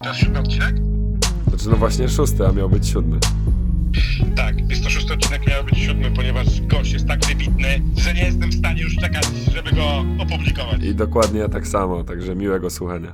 To jest 7 odcinek? Znaczy, no właśnie 6, a miał być 7. Tak, jest to 6 odcinek, miał być 7, ponieważ gość jest tak wybitny, że nie jestem w stanie już czekać, żeby go opublikować. I dokładnie tak samo, także miłego słuchania.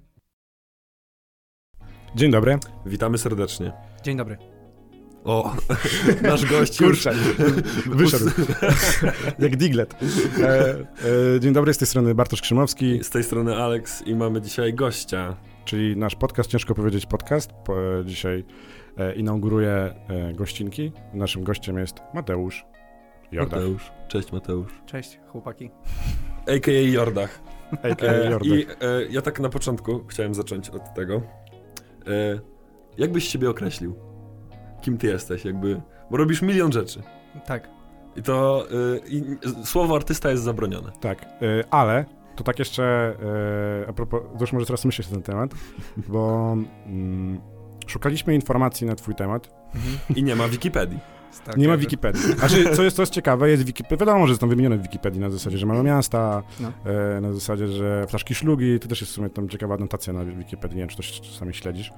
Dzień dobry. Witamy serdecznie. Dzień dobry. O, nasz gość już Wyszedł. Jak Diglett. Dzień dobry, z tej strony Bartosz Krzymowski. Z tej strony Alex i mamy dzisiaj gościa. Czyli nasz podcast, ciężko powiedzieć podcast. Dzisiaj inauguruje gościnki. Naszym gościem jest Mateusz Jordach. Mateusz. Cześć Mateusz. Cześć, chłopaki. A.k.a. Jordach. A.k.a. Jordach. I ja tak na początku chciałem zacząć od tego. Jak byś siebie określił? Kim ty jesteś, jakby? Bo robisz milion rzeczy. Tak. I to słowo artysta jest zabronione. Tak, ale to tak jeszcze a propos, już może teraz myśleć na ten temat, bo szukaliśmy informacji na twój temat. I nie ma Wikipedii. Nie ma Wikipedii. Znaczy, co jest ciekawe, jest Wikipedia. Wiadomo, że są wymienione w Wikipedii na zasadzie, że małe miasta, na zasadzie, że flaszki szlugi, to też jest w sumie tam ciekawa anotacja na Wikipedii, nie wiem, czy to czasami śledzisz.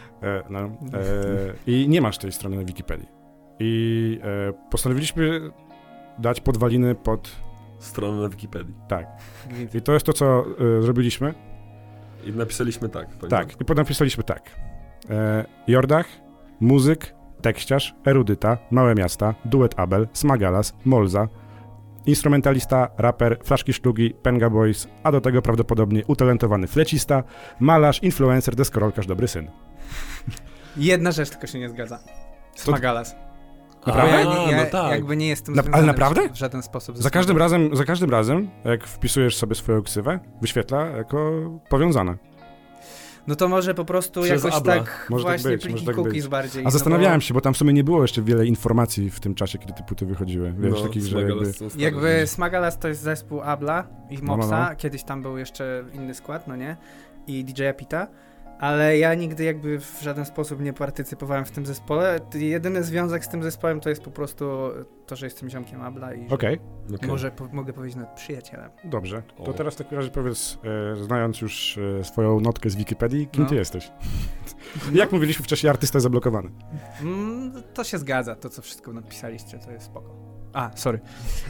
I nie masz tej strony na Wikipedii. I postanowiliśmy dać podwaliny pod Stronę na Wikipedii. Tak. I to jest to, co zrobiliśmy. I napisaliśmy tak. Tak, i napisaliśmy tak. Jordach, muzyk, tekściarz, erudyta, małe miasta, duet Abel, Smagalas, Molza, instrumentalista, raper, flaszki szlugi, Penga Boys, a do tego prawdopodobnie utalentowany flecista, malarz, influencer, deskorolkarz, dobry syn. Jedna rzecz tylko się nie zgadza. Smagalas. Naprawdę? Ja no tak. jakby nie jestem związany ale naprawdę? w żaden sposób. Za każdym razem, jak wpisujesz sobie swoją ksywę, wyświetla jako powiązane. No to może po prostu Przez jakoś Abla. tak Może tak właśnie być, pliki może tak cookies być. bardziej. A zastanawiałem się, bo tam w sumie nie było jeszcze wiele informacji w tym czasie, kiedy te płyty wychodziły. Wiesz, takich, że Jakby Smagalas to jest zespół Abla i Mopsa, No. kiedyś tam był jeszcze inny skład, no nie? I DJ-a Pita. Ale ja nigdy jakby w żaden sposób nie partycypowałem w tym zespole. Jedyny związek z tym zespołem to jest po prostu to, że jestem ziomkiem Abla i że Okej. może mogę powiedzieć nawet przyjacielem. Dobrze. To O. teraz w takim razie powiedz, znając już swoją notkę z Wikipedii, kim No. ty jesteś? Jak mówiliśmy wcześniej, artysta zablokowany. To się zgadza, to co wszystko napisaliście, to jest spoko. A, sorry.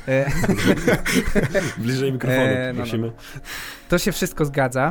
Bliżej mikrofonu, no. prosimy. To się wszystko zgadza.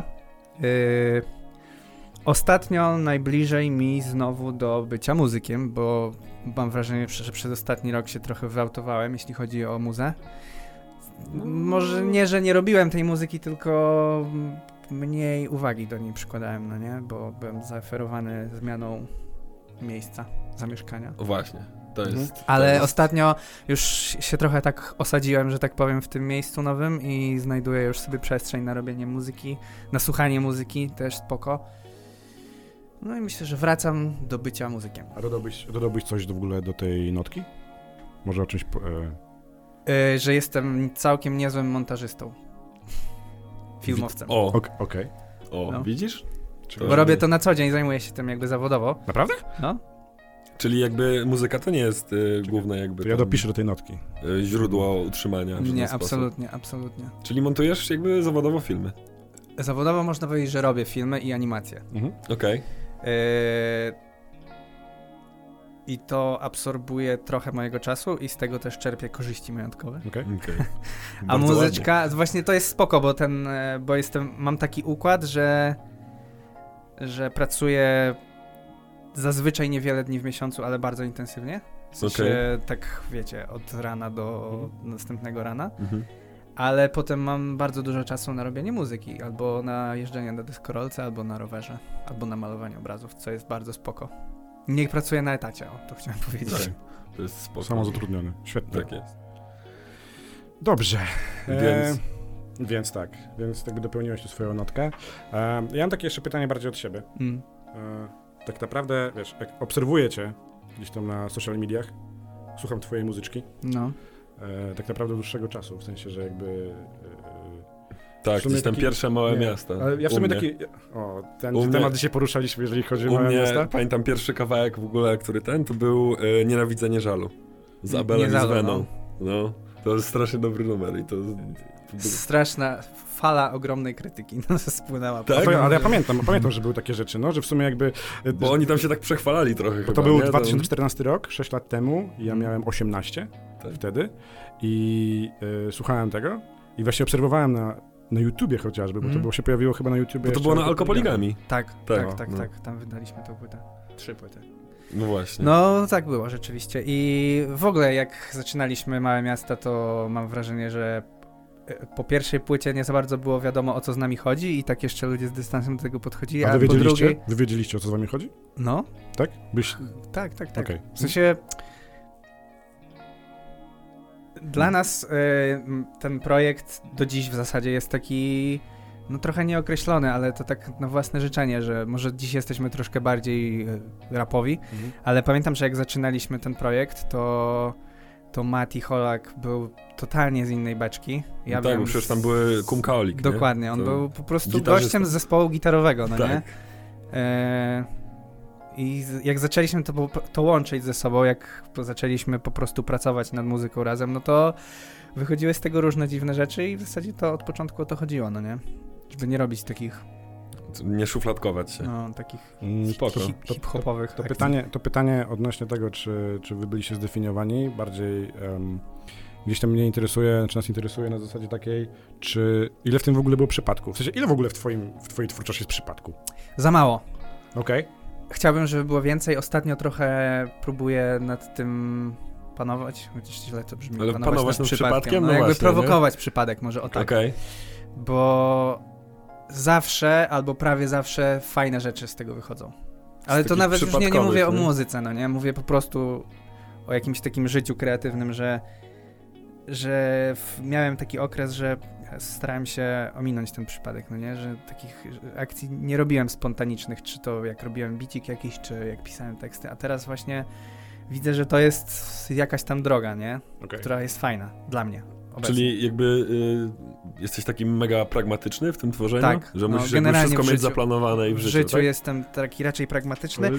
Ostatnio najbliżej mi znowu do bycia muzykiem, bo mam wrażenie, że przez ostatni rok się trochę wyautowałem, jeśli chodzi o muzę. Może nie, że nie robiłem tej muzyki, tylko mniej uwagi do niej przykładałem, no nie? Bo byłem zaoferowany zmianą miejsca zamieszkania. O właśnie, to jest... Ale ostatnio już się trochę tak osadziłem, że tak powiem, w tym miejscu nowym i znajduję już sobie przestrzeń na robienie muzyki, na słuchanie muzyki, też spoko. No i myślę, że wracam do bycia muzykiem. A dodałbyś coś w ogóle do tej notki? Może o czymś... Że jestem całkiem niezłym montażystą. Filmowcem. O, Okej. No. widzisz? Bo robię to na co dzień, zajmuję się tym jakby zawodowo. Naprawdę? No. Czyli jakby muzyka to nie jest główne jakby To ja tam, dopiszę do tej notki. źródło utrzymania w żaden Nie, sposób. absolutnie. Czyli montujesz jakby zawodowo filmy. Zawodowo można powiedzieć, że robię filmy i animacje. Okej. I to absorbuje trochę mojego czasu i z tego też czerpię korzyści majątkowe. Okej. A Bardzo muzyczka, właśnie to jest spoko, bo mam taki układ, że pracuję zazwyczaj niewiele dni w miesiącu, ale bardzo intensywnie. W sensie, tak wiecie, od rana do następnego rana. ładnie. Mhm. Ale potem mam bardzo dużo czasu na robienie muzyki, albo na jeżdżenie na deskorolce, albo na rowerze, albo na malowanie obrazów, co jest bardzo spoko. Nie pracuję na etacie, to chciałem powiedzieć. Okej. To jest spoko. Samozatrudniony. Świetnie. Tak jest. Dobrze. Więc Więc jakby dopełniłeś tu swoją notkę. Ja mam takie jeszcze pytanie bardziej od siebie. Tak naprawdę, wiesz, jak obserwuję cię gdzieś tam na social mediach, słucham twojej muzyczki, No. tak naprawdę dłuższego czasu, w sensie, że jakby... tak, w sumie gdzieś tam taki- pierwsze małe nie, miasta. Ale ja w U sumie mnie. taki... O, ten U mnie- temat dzisiaj poruszaliśmy, jeżeli chodzi o U małe mnie, miasta. pamiętam pierwszy kawałek w ogóle, który to był Nienawidzenie żalu. Z Abelem i z Żalu, Veną. No. To jest strasznie dobry numer i to straszna fala ogromnej krytyki spłynęła. Tak? Ale ja pamiętam, że były takie rzeczy, no, że w sumie jakby... Bo oni tam się tak przechwalali trochę chyba, To był nie? 2014 rok, 6 lat temu, i ja miałem 18 wtedy i słuchałem tego i właśnie obserwowałem na YouTubie chociażby, bo to było się pojawiło chyba na YouTubie. Bo to było na Alkopoligami. Tak, no. tam wydaliśmy tą płytę. 3 płyty. No właśnie. No tak było rzeczywiście i w ogóle jak zaczynaliśmy Małe Miasta, to mam wrażenie, że po pierwszej płycie nie za bardzo było wiadomo, o co z nami chodzi i tak jeszcze ludzie z dystansem do tego podchodzili, A po drugiej... Wy wiedzieliście, o co z wami chodzi? No. Tak? Tak. Okay. W sensie... Dla nas ten projekt do dziś w zasadzie jest taki, no trochę nieokreślony, ale to tak na własne życzenie, że może dziś jesteśmy troszkę bardziej rapowi, ale pamiętam, że jak zaczynaliśmy ten projekt, to Mati Holak był totalnie z innej beczki. Ja tak, bo przecież tam były Kumkaolik. Dokładnie, on był po prostu gitarzysta. gościem z zespołu gitarowego, no tak. nie? I jak zaczęliśmy to łączyć ze sobą, jak zaczęliśmy po prostu pracować nad muzyką razem, no to wychodziły z tego różne dziwne rzeczy i w zasadzie to od początku o to chodziło, no nie? Żeby nie robić takich... Nie szufladkować się. No, takich spoko. hip-hopowych To pytanie odnośnie tego, czy wy byliście zdefiniowani, bardziej gdzieś tam mnie interesuje, czy nas interesuje na zasadzie takiej, czy ile w tym w ogóle było przypadków? W sensie, ile w ogóle w twojej twórczości jest przypadku? Za mało. Okej. Chciałbym, żeby było więcej. Ostatnio trochę próbuję nad tym panować, chociaż źle to brzmi. Ale panować nad przypadkiem? No jakby właśnie, prowokować nie? przypadek, może o tak. Okej. Bo zawsze, albo prawie zawsze fajne rzeczy z tego wychodzą. Ale to nawet już nie mówię o muzyce, no nie? Mówię po prostu o jakimś takim życiu kreatywnym, że miałem taki okres, że starałem się ominąć ten przypadek, no nie? Że takich akcji nie robiłem spontanicznych, czy to jak robiłem bicik jakiś, czy jak pisałem teksty, a teraz właśnie widzę, że to jest jakaś tam droga, nie? Okay. Która jest fajna dla mnie. Obecnie. Czyli jakby jesteś taki mega pragmatyczny w tym tworzeniu? Tak. Że musisz jakby wszystko mieć zaplanowane i w życiu, W życiu tak? jestem taki raczej pragmatyczny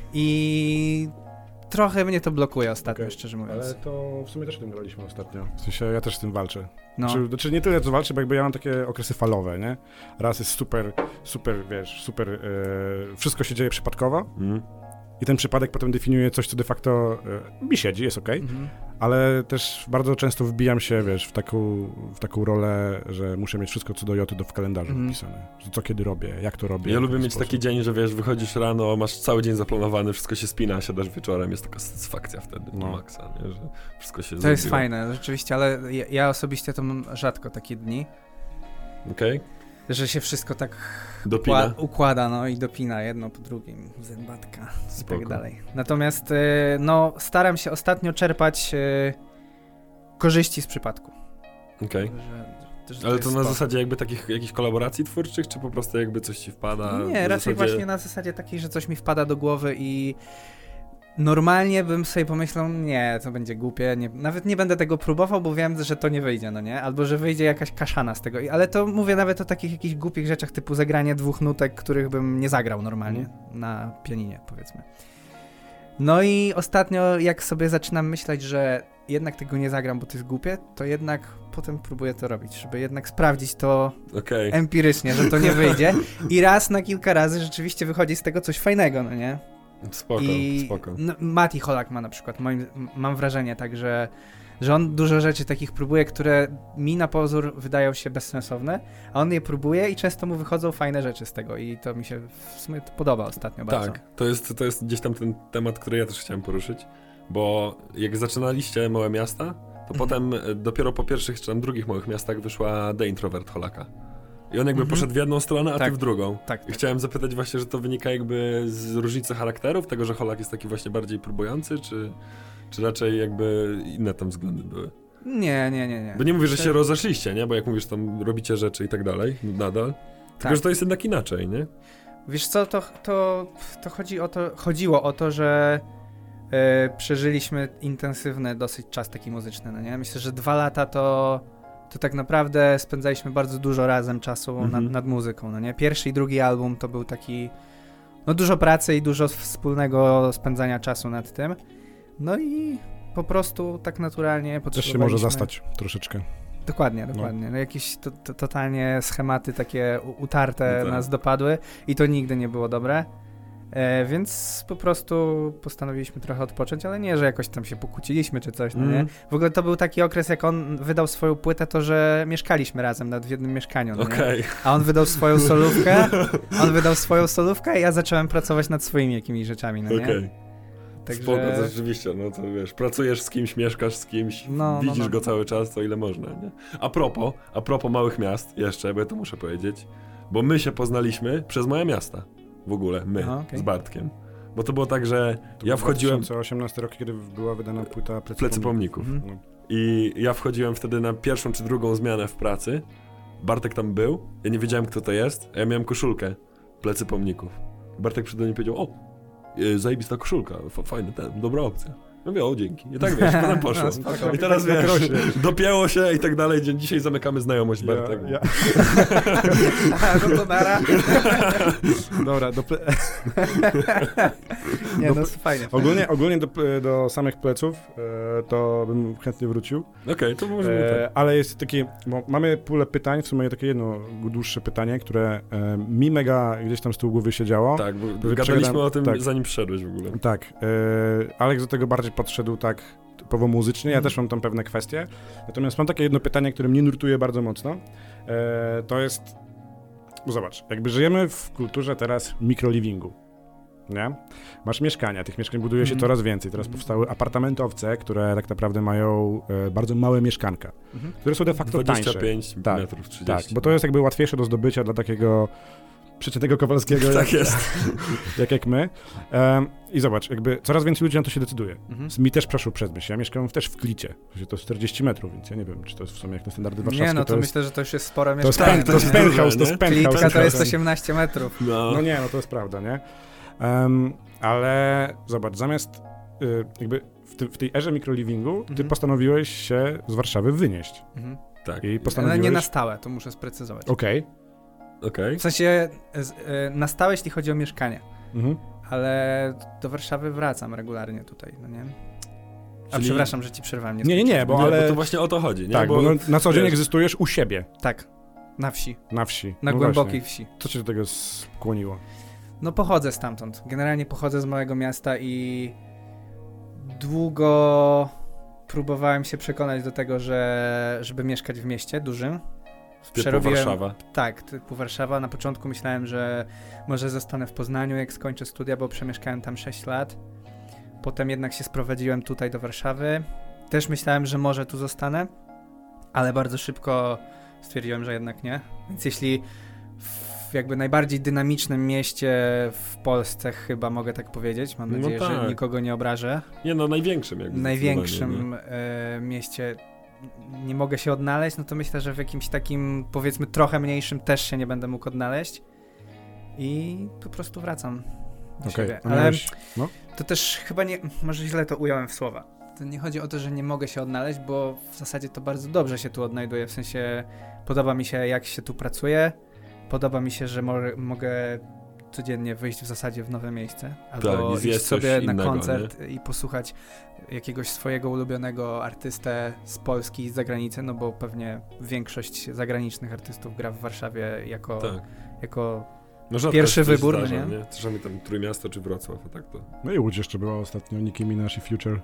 i trochę mnie to blokuje ostatnio, szczerze mówiąc. Ale to w sumie też o tym gadaliśmy ostatnio. W sensie ja też z tym walczę. No. Znaczy nie tyle co walczę, bo jakby ja mam takie okresy falowe, nie? Raz jest super, wiesz, wszystko się dzieje przypadkowo i ten przypadek potem definiuje coś, co de facto mi siedzi, jest okej, ale też bardzo często wbijam się, wiesz, w taką rolę, że muszę mieć wszystko co do joty w kalendarzu wpisane. Co kiedy robię, jak to robię. Ja lubię mieć taki dzień, że wiesz, wychodzisz rano, masz cały dzień zaplanowany, wszystko się spina, siadasz wieczorem, jest taka satysfakcja wtedy, maksa, nie? Że wszystko się To zrobiło. jest fajne, rzeczywiście, ale ja osobiście to mam rzadko takie dni. Okej. Że się wszystko tak układa, no i dopina jedno po drugim, zębatka i tak dalej. Natomiast no, staram się ostatnio czerpać korzyści z przypadku. Okej. Ale to na zasadzie jakby takich jakichś kolaboracji twórczych, czy po prostu jakby coś ci wpada? Nie, raczej właśnie na zasadzie takiej, że coś mi wpada do głowy i normalnie bym sobie pomyślał, nie, to będzie głupie, nawet nie będę tego próbował, bo wiem, że to nie wyjdzie, no nie? Albo, że wyjdzie jakaś kaszana z tego, ale to mówię nawet o takich jakichś głupich rzeczach, typu zagranie 2 nutek, których bym nie zagrał normalnie na pianinie, powiedzmy. No i ostatnio, jak sobie zaczynam myśleć, że jednak tego nie zagram, bo to jest głupie, to jednak potem próbuję to robić, żeby jednak sprawdzić to empirycznie, że to nie wyjdzie i raz na kilka razy rzeczywiście wychodzi z tego coś fajnego, no nie? Spoko. No, Mati Holak ma na przykład, mam wrażenie tak, że on dużo rzeczy takich próbuje, które mi na pozór wydają się bezsensowne, a on je próbuje i często mu wychodzą fajne rzeczy z tego i to mi się w sumie podoba ostatnio bardzo. Tak, to jest gdzieś tam ten temat, który ja też chciałem poruszyć, bo jak zaczynaliście Małe Miasta, to potem dopiero po pierwszych czy tam drugich Małych Miastach wyszła The Introvert Holaka. I on jakby poszedł w jedną stronę, a ty w drugą. Tak. I chciałem zapytać właśnie, że to wynika jakby z różnicy charakterów, tego, że Holak jest taki właśnie bardziej próbujący, czy raczej jakby inne tam względy były? Nie. Bo nie mówisz, że się rozeszliście, nie? Bo jak mówisz, tam robicie rzeczy i tak dalej, nadal. Tylko, że to jest jednak inaczej, nie? Wiesz co, to chodziło o to, że przeżyliśmy intensywny dosyć czas taki muzyczny, no nie? Myślę, że 2 lata to tak naprawdę spędzaliśmy bardzo dużo razem czasu nad muzyką, no nie? Pierwszy i drugi album to był taki, no dużo pracy i dużo wspólnego spędzania czasu nad tym. No i po prostu tak naturalnie potrzebowaliśmy... Też się może zastać troszeczkę. Dokładnie. No jakieś totalnie schematy takie utarte nas dopadły i to nigdy nie było dobre. Więc po prostu postanowiliśmy trochę odpocząć, ale nie, że jakoś tam się pokłóciliśmy czy coś, no nie? W ogóle to był taki okres, jak on wydał swoją płytę, to że mieszkaliśmy razem nawet w jednym mieszkaniu, no nie? A on wydał swoją solówkę, a ja zacząłem pracować nad swoimi jakimiś rzeczami, no nie? Także... Spoko, to rzeczywiście, no to wiesz, pracujesz z kimś, mieszkasz z kimś, widzisz go cały czas, to ile można, nie? A propos małych miast jeszcze, bo ja to muszę powiedzieć, bo my się poznaliśmy przez małe miasta. W ogóle, my, z Bartkiem. Bo to było tak, że ja wchodziłem... 2018 rok, kiedy była wydana płyta Plecy Pomników. I ja wchodziłem wtedy na pierwszą czy drugą zmianę w pracy. Bartek tam był, ja nie wiedziałem, kto to jest, a ja miałem koszulkę Plecy Pomników. Bartek przede mną powiedział, zajebista koszulka, fajny dobra opcja. Ja mówię, dzięki. I tak wiesz, potem poszło. I teraz wiesz, dopięło się i tak dalej. Dzisiaj zamykamy znajomość Bartek. No to nara. Dobra, fajnie. Ogólnie do samych pleców to bym chętnie wrócił. Okej, to możemy ale jest taki, bo mamy pulę pytań, w sumie takie jedno dłuższe pytanie, które mi mega gdzieś tam z tyłu głowy siedziało. Tak, bo gadaliśmy o tym, zanim przyszedłeś w ogóle. Tak. Alex do tego bardziej podszedł tak typowo muzycznie, ja też mam tam pewne kwestie. Natomiast mam takie jedno pytanie, które mnie nurtuje bardzo mocno. To jest, bo zobacz, jakby żyjemy w kulturze teraz mikrolivingu, nie? Masz mieszkania, tych mieszkań buduje się coraz więcej. Teraz powstały apartamentowce, które tak naprawdę mają bardzo małe mieszkanka, które są de facto 25 tańsze. metrów, 30. Tak, bo to jest jakby łatwiejsze do zdobycia dla takiego przeciętnego Kowalskiego, tak jest. jak my. I zobacz, jakby coraz więcej ludzi na to się decyduje. Mi też przeszło przez myśl. Ja mieszkam też w Klicie. To jest 40 metrów, więc ja nie wiem, czy to jest w sumie jak na standardy warszawskie. Nie, no to myślę, że to już jest spore mieszkanie. To jest penthouse. Klitka to jest 18 metrów. No nie, no to jest prawda, nie? Ale zobacz, zamiast jakby w tej erze mikrolivingu ty postanowiłeś się z Warszawy wynieść. Tak. I postanowiłeś... Ale nie na stałe, to muszę sprecyzować. Okej. W sensie na stałe, jeśli chodzi o mieszkanie. Ale do Warszawy wracam regularnie tutaj, no nie? Czyli... przepraszam, że ci przerwałem. Nie, bo to właśnie o to chodzi, nie? Tak, bo na co dzień egzystujesz u siebie. Tak, na wsi. Na wsi. Na głębokiej wsi. Co cię do tego skłoniło? No pochodzę stamtąd. Generalnie pochodzę z małego miasta i długo próbowałem się przekonać do tego, żeby mieszkać w mieście dużym. Typu Warszawa. Tak, typu Warszawa. Na początku myślałem, że może zostanę w Poznaniu, jak skończę studia, bo przemieszkałem tam 6 lat. Potem jednak się sprowadziłem tutaj do Warszawy. Też myślałem, że może tu zostanę, ale bardzo szybko stwierdziłem, że jednak nie. Więc jeśli w jakby najbardziej dynamicznym mieście w Polsce, chyba mogę tak powiedzieć, mam nadzieję, że nikogo nie obrażę. Nie, no największym jakby. Największym mieście nie mogę się odnaleźć, no to myślę, że w jakimś takim, powiedzmy, trochę mniejszym też się nie będę mógł odnaleźć i po prostu wracam do siebie. Ale to też chyba nie, może źle to ująłem w słowa. To nie chodzi o to, że nie mogę się odnaleźć, bo w zasadzie to bardzo dobrze się tu odnajduję, w sensie podoba mi się, jak się tu pracuje, podoba mi się, że mogę codziennie wyjść w zasadzie w nowe miejsce, albo iść sobie na koncert i posłuchać jakiegoś swojego ulubionego artystę z Polski i z zagranicy, no bo pewnie większość zagranicznych artystów gra w Warszawie jako pierwszy wybór, zdarza, nie? Czasami tam Trójmiasto czy Wrocław, a tak to... No i Łódź jeszcze była ostatnio, Nicki Minaj i Future.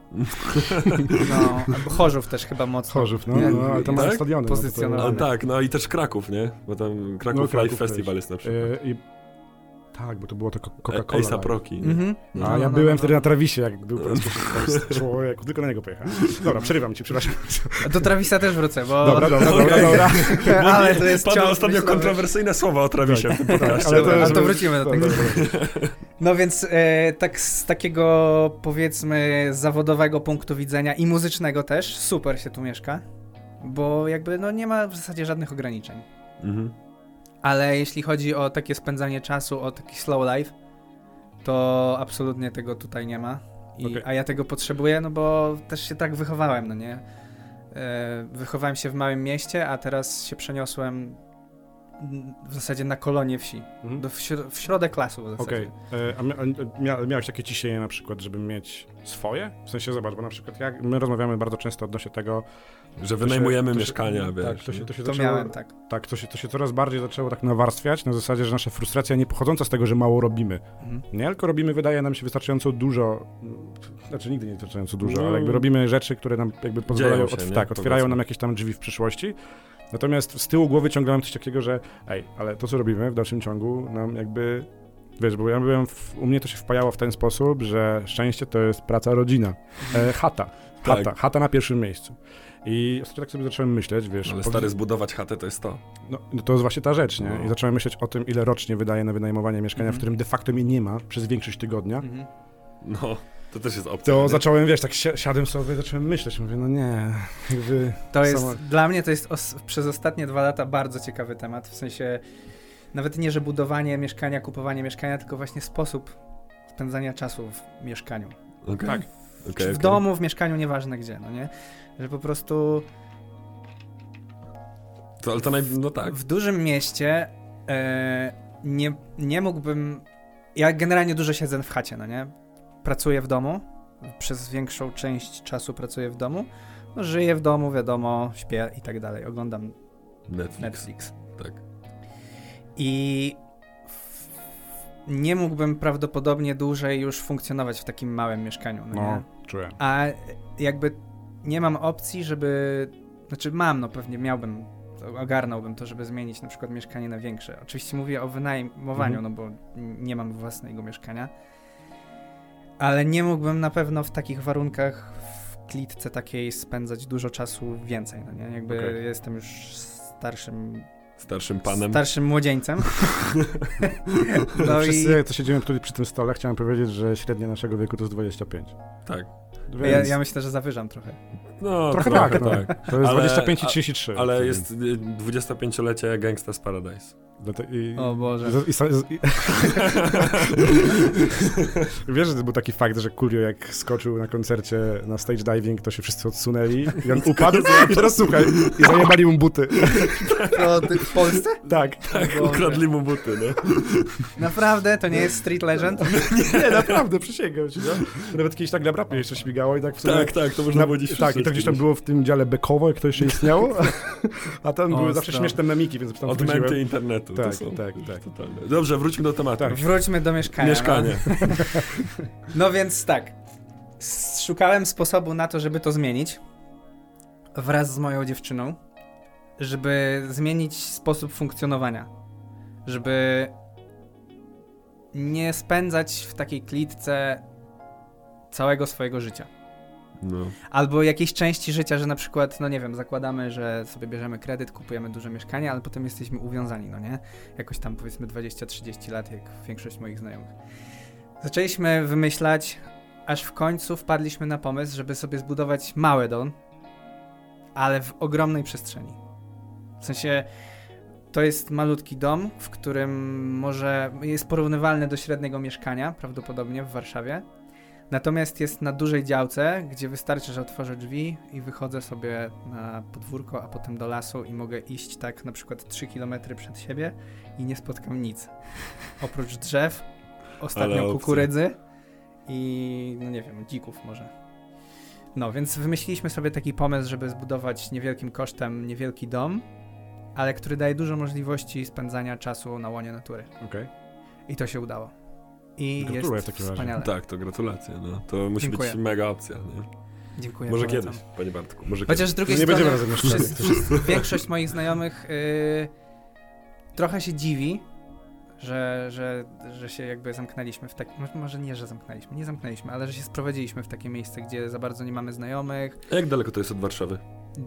No, albo Chorzów też chyba mocno. Chorzów, ale tam mają stadiony. Pozycjonowane. Tak, no i też Kraków, nie? Bo tam Kraków Live Festival jest na przykład. Tak, bo to było to Coca-Cola. A$AP Rocky. A ja byłem wtedy na Travisie, jak był po raz człowiek, tylko na niego pojechałem. Dobra, przerywam ci, przepraszam. Do Travisa też wrócę, bo... Dobra. Ale to jest Padły ostatnio kontrowersyjne słowa o Travisie w tym podcaście. Ale to wrócimy do tego. No więc tak z takiego, powiedzmy, zawodowego punktu widzenia i muzycznego też, super się tu mieszka, bo jakby nie ma w zasadzie żadnych ograniczeń. Ale jeśli chodzi o takie spędzanie czasu, o taki slow life, to absolutnie tego tutaj nie ma. A ja tego potrzebuję, no bo też się tak wychowałem, no nie? Wychowałem się w małym mieście, a teraz się przeniosłem w zasadzie na kolonię wsi. W środek lasu w zasadzie. A miałeś takie ciśnienie na przykład, żeby mieć swoje? W sensie, zobacz, bo na przykład my rozmawiamy bardzo często odnośnie tego, Że wynajmujemy to się- mieszkania, wiesz. Tak, to się To zaczęło, miałem, tak. tak, to się coraz bardziej zaczęło tak nawarstwiać, na zasadzie, że nasza frustracja nie pochodząca z tego, że mało robimy. Mhm. Nie tylko robimy, wydaje nam się wystarczająco dużo, znaczy nigdy nie wystarczająco dużo, No. ale jakby robimy rzeczy, które nam jakby pozwalają, się, nie? otwierają Powiedzmy. nam jakieś tam drzwi w przyszłości. Natomiast z tyłu głowy ciągle mam coś takiego, że ale to, co robimy w dalszym ciągu nam jakby, wiesz, bo ja byłem, u mnie to się wpajało w ten sposób, że szczęście to jest praca, rodzina, chata Tak. na pierwszym miejscu. I ostatnio tak sobie zacząłem myśleć, wiesz... Ale stary, zbudować chatę to jest to. No to jest właśnie ta rzecz, nie? No. I zacząłem myśleć o tym, ile rocznie wydaje na wynajmowanie mieszkania, w Mhm. którym de facto mnie nie ma przez większość tygodnia. Mhm. No, to też jest opcja. To nie? zacząłem, wiesz, tak siadłem sobie, zacząłem myśleć, mówię, no nie, jakby... To jest, sama- dla mnie to jest przez ostatnie 2 lata bardzo ciekawy temat, w sensie nawet nie, że budowanie mieszkania, kupowanie mieszkania, tylko właśnie sposób spędzania czasu w mieszkaniu. Okay. Tak. Okay, Czy w domu, w mieszkaniu, nieważne gdzie, no nie? Że po prostu Ale to no tak. w dużym mieście nie mógłbym... Ja generalnie dużo siedzę w chacie, no nie? Pracuję w domu, przez większą część czasu pracuję w domu, no, żyję w domu, wiadomo, śpię i tak dalej, oglądam Netflix. Tak. I nie mógłbym prawdopodobnie dłużej już funkcjonować w takim małym mieszkaniu, no nie? No, czuję. A jakby nie mam opcji, żeby... Znaczy mam, no pewnie miałbym, ogarnąłbym to, żeby zmienić na przykład mieszkanie na większe. Oczywiście mówię o wynajmowaniu, no bo nie mam własnego mieszkania. Ale nie mógłbym na pewno w takich warunkach w klitce takiej spędzać dużo czasu więcej, no nie? Jakby Okej. jestem już Starszym panem. starszym młodzieńcem. No i wszyscy, co siedzimy tutaj przy tym stole, chciałem powiedzieć, że średnia naszego wieku to jest 25. Tak. Więc ja myślę, że zawyżam trochę. No, trochę tak, no. To jest Ale- 25 i 33. Ale jest 25-lecie Gangsta's Paradise. O Boże. Wiesz, że to był taki fakt, że Kurio jak skoczył na koncercie na stage diving, to się wszyscy odsunęli i on upadł i teraz słuchaj, i zajebali mu buty. To ty w Polsce? Tak. Tak, Boże. ukradli mu buty, no. Naprawdę? To nie jest Street Legend? Nie, naprawdę, przysięgam ci, no. Nawet kiedyś tak na brapie jeszcze śmigało i tak w sumie... Tak, to można było dziś Tak, i to gdzieś tam było w tym dziale bekowo, jak to jeszcze istniało, a tam były zawsze stop. śmieszne memiki, więc tam Odmęty wchodziłem. internetu. Tak, to są tak. totalne. Dobrze, wróćmy do tematu. Tak. Wróćmy do mieszkania. Mieszkanie. No więc tak. Szukałem sposobu na to, żeby to zmienić. Wraz z moją dziewczyną. Żeby zmienić sposób funkcjonowania. Żeby nie spędzać w takiej klitce całego swojego życia. No. Albo jakiejś części życia, że na przykład, no nie wiem, zakładamy, że sobie bierzemy kredyt, kupujemy duże mieszkanie, ale potem jesteśmy uwiązani, no nie? Jakoś tam powiedzmy 20-30 lat, jak większość moich znajomych. Zaczęliśmy wymyślać, aż w końcu wpadliśmy na pomysł, żeby sobie zbudować mały dom, ale w ogromnej przestrzeni. W sensie, to jest malutki dom, w którym może jest porównywalny do średniego mieszkania, prawdopodobnie w Warszawie. Natomiast jest na dużej działce, gdzie wystarczy, że otworzę drzwi i wychodzę sobie na podwórko, a potem do lasu i mogę iść tak na przykład 3 km przed siebie i nie spotkam nic. Oprócz drzew, Ale ostatnio opcja. kukurydzy i no nie wiem, dzików może. No, więc wymyśliliśmy sobie taki pomysł, żeby zbudować niewielkim kosztem niewielki dom, ale który daje dużo możliwości spędzania czasu na łonie natury. Okej. I to się udało. I Gratuluję jest w takim razie. wspaniale. Tak, to gratulacje. No. To musi Dziękuję. być mega opcja. Nie? Dziękuję. Może polecam. kiedyś, panie Bartku. Może Chociaż z drugiej Nie strony będziemy razem mieszkać. większość moich znajomych trochę się dziwi, że się jakby zamknęliśmy w tak... Może nie, że nie zamknęliśmy, ale że się sprowadziliśmy w takie miejsce, gdzie za bardzo nie mamy znajomych. A jak daleko to jest od Warszawy?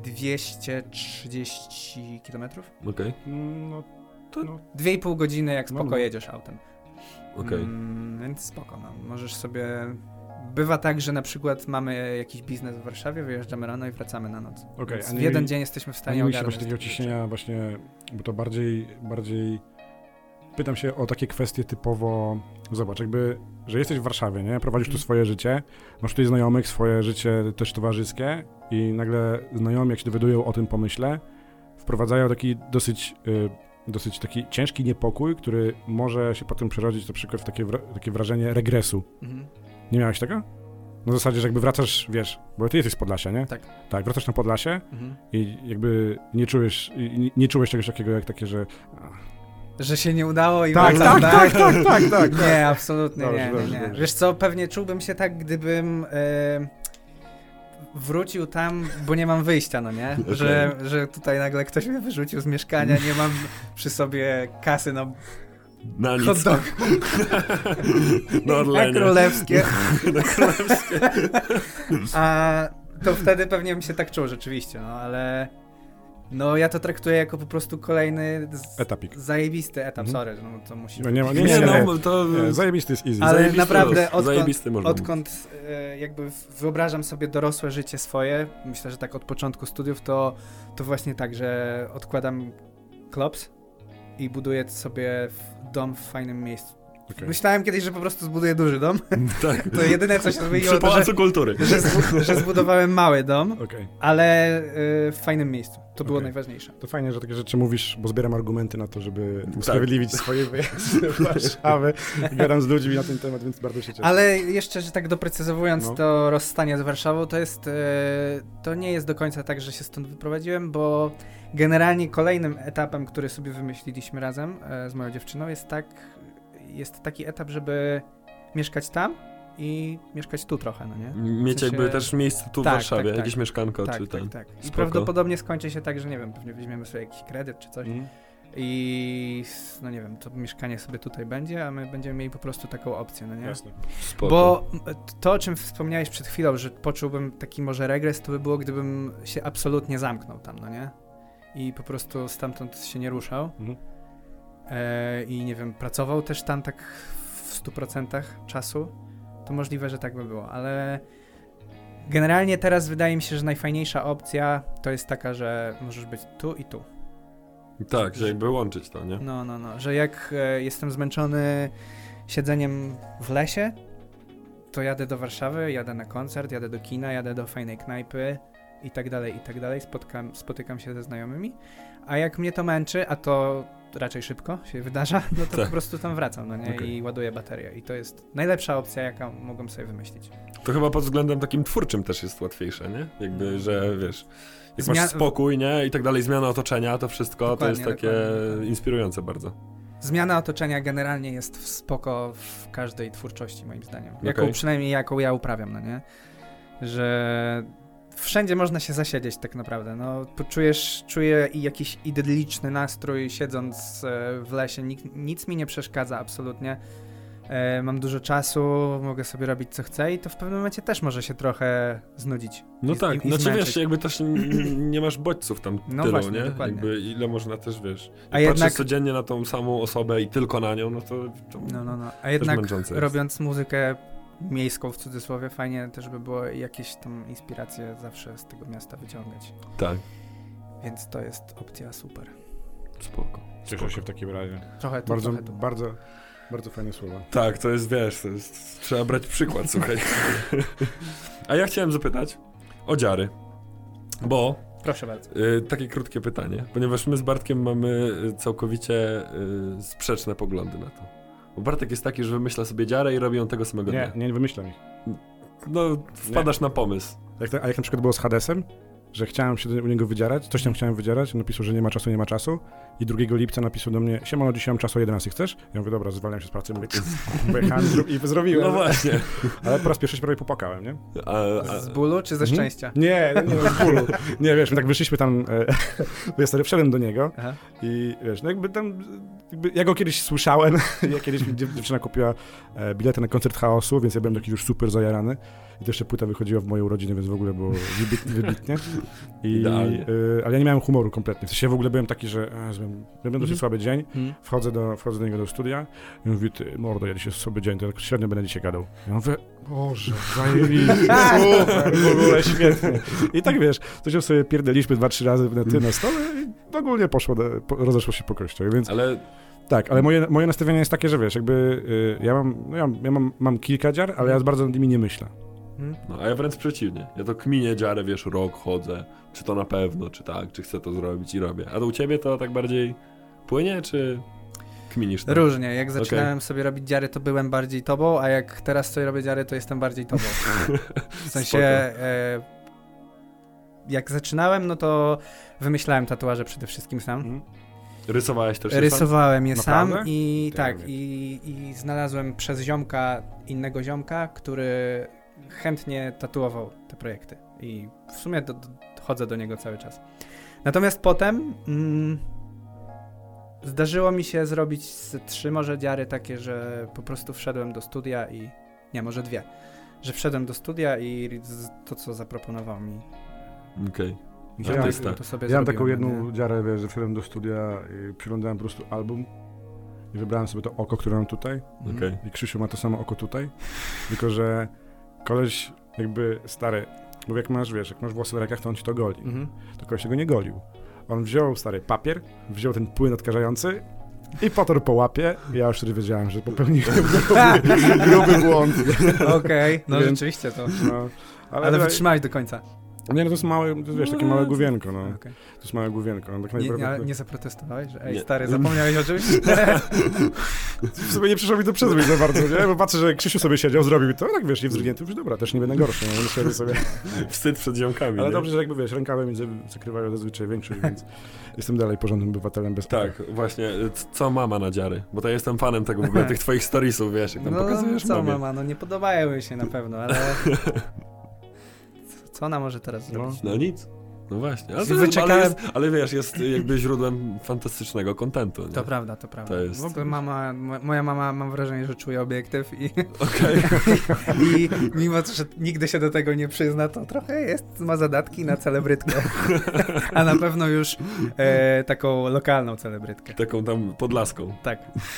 230 km? Okej. No, 2,5 godziny jak spoko No. jedziesz autem. Okej. Więc spoko, no. Możesz sobie... Bywa tak, że na przykład mamy jakiś biznes w Warszawie, wyjeżdżamy rano i wracamy na noc. Okej, Więc a w nie- jeden dzień jesteśmy w a stanie nie mieliście ogarnąć. właśnie takiego ciśnienia właśnie, bo to bardziej pytam się o takie kwestie typowo, zobacz, jakby, że jesteś w Warszawie, nie? Prowadzisz tu swoje życie, masz tutaj znajomych, swoje życie też towarzyskie i nagle znajomi, jak się dowiadują o tym pomyśle, wprowadzają taki dosyć taki ciężki niepokój, który może się potem przerodzić na przykład w takie wrażenie regresu. Mhm. Nie miałeś tego? Na zasadzie, że jakby wracasz, wiesz, bo ty jesteś z Podlasia, nie? Tak. Tak, wracasz na Podlasie Mhm. i jakby nie czułeś czegoś takiego jak takie, że... Że się nie udało i Tak, wracam, tak. Nie, absolutnie Dobrze, nie, dobrze, nie. dobrze. Wiesz co, pewnie czułbym się tak, gdybym wrócił tam, bo nie mam wyjścia, no nie? Że tutaj nagle ktoś mnie wyrzucił z mieszkania, nie mam przy sobie kasy na Na nic. hot dog. Na Orlenie. Na królewskie. Na królewskie. A to wtedy pewnie bym się tak czuł rzeczywiście, no ale no ja to traktuję jako po prostu kolejny Etapik. zajebisty etap, Mhm. sorry, no to musi No nie ma, nie, Nie, nie, nie. no to... Zajebisty jest easy. Ale zajebisty naprawdę los. Zajebisty można odkąd jakby wyobrażam sobie dorosłe życie swoje, myślę, że tak od początku studiów, to właśnie tak, że odkładam klops i buduję sobie dom w fajnym miejscu. Okay. Myślałem kiedyś, że po prostu zbuduję duży dom. Tak. To jedyne, co się Przy zmieniło, to, Pałacu Kultury. że zbudowałem mały dom, Okej. ale w fajnym miejscu. To było Okej. najważniejsze. To fajnie, że takie rzeczy mówisz, bo zbieram argumenty na to, żeby usprawiedliwić swoje wyjazdy w Warszawy. Gadam z ludźmi na ten temat, więc bardzo się cieszę. Ale jeszcze, że tak doprecyzowując No. to rozstanie z Warszawą, to jest, to nie jest do końca tak, że się stąd wyprowadziłem, bo generalnie kolejnym etapem, który sobie wymyśliliśmy razem z moją dziewczyną jest taki etap, żeby mieszkać tam i mieszkać tu trochę, no nie? Mieć W sensie- jakby też miejsce tu w Tak, Warszawie, tak, tak. jakieś mieszkanko czy Tak, ten. tak, tak. I Spoko. prawdopodobnie skończy się tak, że nie wiem, pewnie weźmiemy sobie jakiś kredyt czy coś Mhm. i no nie wiem, to mieszkanie sobie tutaj będzie, a my będziemy mieli po prostu taką opcję, no nie? Jasne. Spoko. Bo to, o czym wspomniałeś przed chwilą, że poczułbym taki może regres, to by było, gdybym się absolutnie zamknął tam, no nie? I po prostu stamtąd się nie ruszał. Mhm. I nie wiem, pracował też tam tak w 100% czasu. To możliwe, że tak by było, ale generalnie teraz wydaje mi się, że najfajniejsza opcja to jest taka, że możesz być tu i tu. Tak, że jakby łączyć to, nie? No, że jak jestem zmęczony siedzeniem w lesie, to jadę do Warszawy, jadę na koncert, jadę do kina, jadę do fajnej knajpy i tak dalej, spotykam się ze znajomymi, a jak mnie to męczy, a to raczej szybko się wydarza, no to Tak. po prostu tam wracam, no nie, Okej. i ładuję baterię i to jest najlepsza opcja, jaka mogłem sobie wymyślić. To chyba pod względem takim twórczym też jest łatwiejsze, nie? Jakby, że wiesz, jak Zmian- masz spokój, nie? I tak dalej, zmiana otoczenia, to wszystko, to Dokładnie, jest takie dokładnie. inspirujące bardzo. Zmiana otoczenia generalnie jest spoko w każdej twórczości, moim zdaniem. Okej. Przynajmniej jaką ja uprawiam, no nie? Że wszędzie można się zasiedzieć tak naprawdę. No, czuję i jakiś idylliczny nastrój, siedząc w lesie. Nic mi nie przeszkadza absolutnie. Mam dużo czasu, mogę sobie robić co chcę i to w pewnym momencie też może się trochę znudzić. No I tak, znaczy zmęczyć. wiesz, jakby też nie masz bodźców tam No tylu, właśnie, nie? dokładnie. Jakby ile można też, wiesz, A jak jednak- patrzysz codziennie na tą samą osobę i tylko na nią, no to No. A jednak męczące jest. robiąc muzykę miejską w cudzysłowie, fajnie też by było jakieś tam inspiracje zawsze z tego miasta wyciągać. tak, Więc to jest opcja super. spoko. Cieszę się w takim razie. Trochę tu, Bardzo, trochę tu. bardzo fajne słowa. Tak, to jest, wiesz, trzeba brać przykład, słuchaj. A ja chciałem zapytać o dziary, bo Proszę bardzo. takie krótkie pytanie, ponieważ my z Bartkiem mamy całkowicie sprzeczne poglądy na to. Bo Bartek jest taki, że wymyśla sobie dziarę i robi ją tego samego dnia. Nie wymyślam ich. No, wpadasz na pomysł. A jak na przykład było z Hadesem, że chciałem się u niego wydzierać, coś tam chciałem wydzierać, napisał, że nie ma czasu i 2 lipca napisał do mnie, siemano, dzisiaj mam czas o 11, chcesz? Ja mówię, dobra, zwalniam się z pracy, mówię, pojechałem i zrobiłem. No właśnie. Ale po raz pierwszy się prawie popłakałem, nie? Z bólu czy ze Mhm. szczęścia? Nie, z bólu. Nie, wiesz, my tak wyszliśmy tam, ja sobie wszedłem do niego Aha. i wiesz, no jakby tam, ja go kiedyś słyszałem, ja kiedyś dziewczyna kupiła bilety na koncert Chaosu, więc ja byłem taki już super zajarany i to jeszcze płyta wychodziła w moją rodzinę, więc w ogóle było wybitnie. Idealnie. Ale ja nie miałem humoru kompletnie, w sensie ja w ogóle byłem taki, że miałem dosyć słaby dzień, wchodzę do niego do studia i mówi, ty mordo, ja dzisiaj słaby dzień, to tak średnio będę dzisiaj gadał. Ja mówię, Boże, zajebiście, super, w ogóle świetnie. I tak wiesz, coś tam sobie pierdeliśmy 2-3 razy na stole i ogólnie rozeszło się po kościołach, więc Ale tak, ale moje nastawienie jest takie, że wiesz, jakby ja mam kilka dziar, ale ja bardzo nad nimi nie myślę. no, a ja wręcz przeciwnie. Ja to kminię dziarę, wiesz, rok chodzę, czy to na pewno, czy tak, czy chcę to zrobić i robię. A u ciebie to tak bardziej płynie, czy... kminisz tam? Różnie. Jak zaczynałem sobie robić dziary, to byłem bardziej tobą, a jak teraz sobie robię dziary, to jestem bardziej tobą. W sensie, jak zaczynałem, no to wymyślałem tatuaże przede wszystkim sam. Rysowałeś też Rysowałem je sam Naprawdę? i Ja tak, wiem. i znalazłem przez ziomka, innego ziomka, który chętnie tatuował te projekty. I w sumie chodzę do niego cały czas. Natomiast potem zdarzyło mi się zrobić z 3 może dziary takie, że po prostu wszedłem do studia i... Nie, może 2. Że wszedłem do studia i to, co zaproponował mi, Okej. Ja, Artysta. to sobie ja mam zrobiłem, taką jedną nie? dziarę, wiesz, że wszedłem do studia i przyglądałem po prostu album i wybrałem sobie to oko, które mam tutaj. Okej. I Krzysiu ma to samo oko tutaj, tylko że koleś jakby stary, bo jak masz, wiesz, jak masz włosy w rękach, to on ci to goli. Mhm. To koleś go nie golił. On wziął stary papier, wziął ten płyn odkażający i potarł po łapie. Ja już wtedy wiedziałem, że popełniłem gruby błąd. Okej, no Więc- rzeczywiście to. No, Ale wytrzymałeś do końca. Nie, no to jest małe, to jest, wiesz, takie małe główienko, no. Okej. To jest małe główienko. No, tak Nie, najprawdopodobniej- nie zaprotestowałeś, że ej Nie. stary, zapomniałeś o czymś? W sumie nie przyszło mi to przez myśl za bardzo, nie? Bo patrzę, że Krzysiu sobie siedział, zrobił to, tak wiesz, niewzrygnięty, już dobra, też nie będę gorszy, no, myślę sobie. Wstyd przed ziomkami, Ale nie? dobrze, że jakby, wiesz, rękawy mi zakrywają zazwyczaj większość, więc jestem dalej porządnym obywatelem bez Tak, właśnie. Co mama na dziary? Bo to ja jestem fanem tego w ogóle, tych twoich storiesów, wiesz, jak tam No pokazujesz co mamie. mama, no nie podobają mi się na pewno, ale... Co ona może teraz zrobić? No nic. No właśnie. Ale, Wyczekałem- ale wiesz, jest jakby źródłem fantastycznego kontentu. To prawda, to prawda. To jest- W ogóle moja mama, mam wrażenie, że czuje obiektyw i, Okej. i mimo, że nigdy się do tego nie przyzna, to trochę ma zadatki na celebrytkę. A na pewno już taką lokalną celebrytkę. Taką tam podlaską. Tak.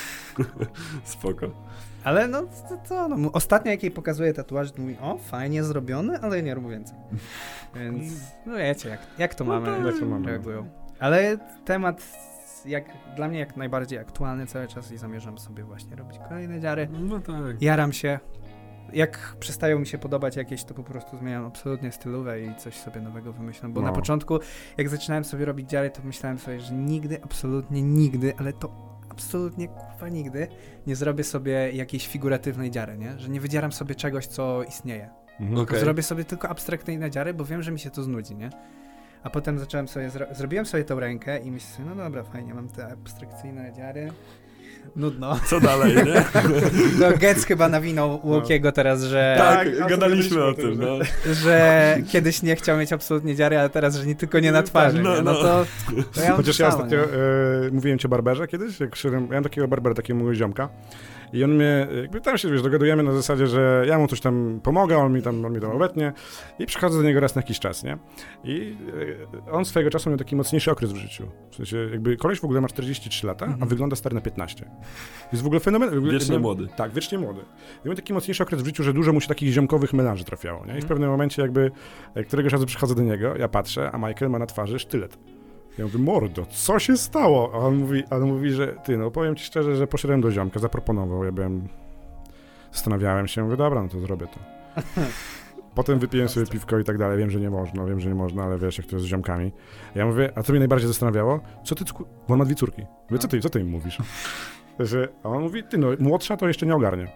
Spoko. Ale no co, no, ostatnio jak jej pokazuję tatuaż, to mówi, o, fajnie zrobione, ale nie rób więcej. Więc, no wiecie, jak to mamy, jak to mamy, reagują. Ale temat dla mnie jak najbardziej aktualny cały czas i zamierzam sobie właśnie robić kolejne dziary. No tak. Jaram się. Jak przestają mi się podobać jakieś, to po prostu zmieniam absolutnie stylówę i coś sobie nowego wymyślam. Bo No. na początku, jak zaczynałem sobie robić dziary, to myślałem sobie, że nigdy, absolutnie nigdy, ale to absolutnie kurwa nigdy nie zrobię sobie jakiejś figuratywnej dziary, nie? Że nie wydzieram sobie czegoś, co istnieje. Mhm. Okej. Zrobię sobie tylko abstrakcyjne dziary, bo wiem, że mi się to znudzi, nie? A potem zacząłem sobie, zrobiłem sobie tą rękę i myślę sobie, no dobra, fajnie, mam te abstrakcyjne dziary. Nudno. Co dalej, nie? No Getz chyba nawinął Łokiego teraz, że, Tak, gadaliśmy o tym, no. że kiedyś nie chciał mieć absolutnie dziary, ale teraz, że tylko nie na twarzy, No, nie? No no. to ja mam Chociaż to ja samo, ostatnio nie? mówiłem ci o barberze kiedyś, jak szedłem, ja mam takiego barbera, takiego mojego ziomka i on mnie, jakby tam się, wiesz, dogadujemy na zasadzie, że ja mu coś tam pomogę, on mi tam obetnie i przychodzę do niego raz na jakiś czas, nie? I on swojego czasu miał taki mocniejszy okres w życiu. W sensie, jakby koleś w ogóle ma 43 lata, a wygląda stary na 15. Jest w ogóle fenomenalny. Wiecznie młody. Tak, wiecznie młody. I miał taki mocniejszy okres w życiu, że dużo mu się takich ziomkowych melanży trafiało, nie? I w pewnym momencie jakby, któregoś razu przychodzę do niego, ja patrzę, a Michael ma na twarzy sztylet. Ja mówię, mordo, co się stało? A on mówi, że ty, no powiem ci szczerze, że poszedłem do ziomka, zaproponował, zastanawiałem się, mówię, dobra, no to zrobię to. Potem wypiłem sobie piwko i tak dalej, wiem, że nie można, ale wiesz, jak to jest z ziomkami. Ja mówię, a co mnie najbardziej zastanawiało? Co ty, bo on ma 2 córki. Mówię, co ty im mówisz? A on mówi, ty no, młodsza to jeszcze nie ogarnie.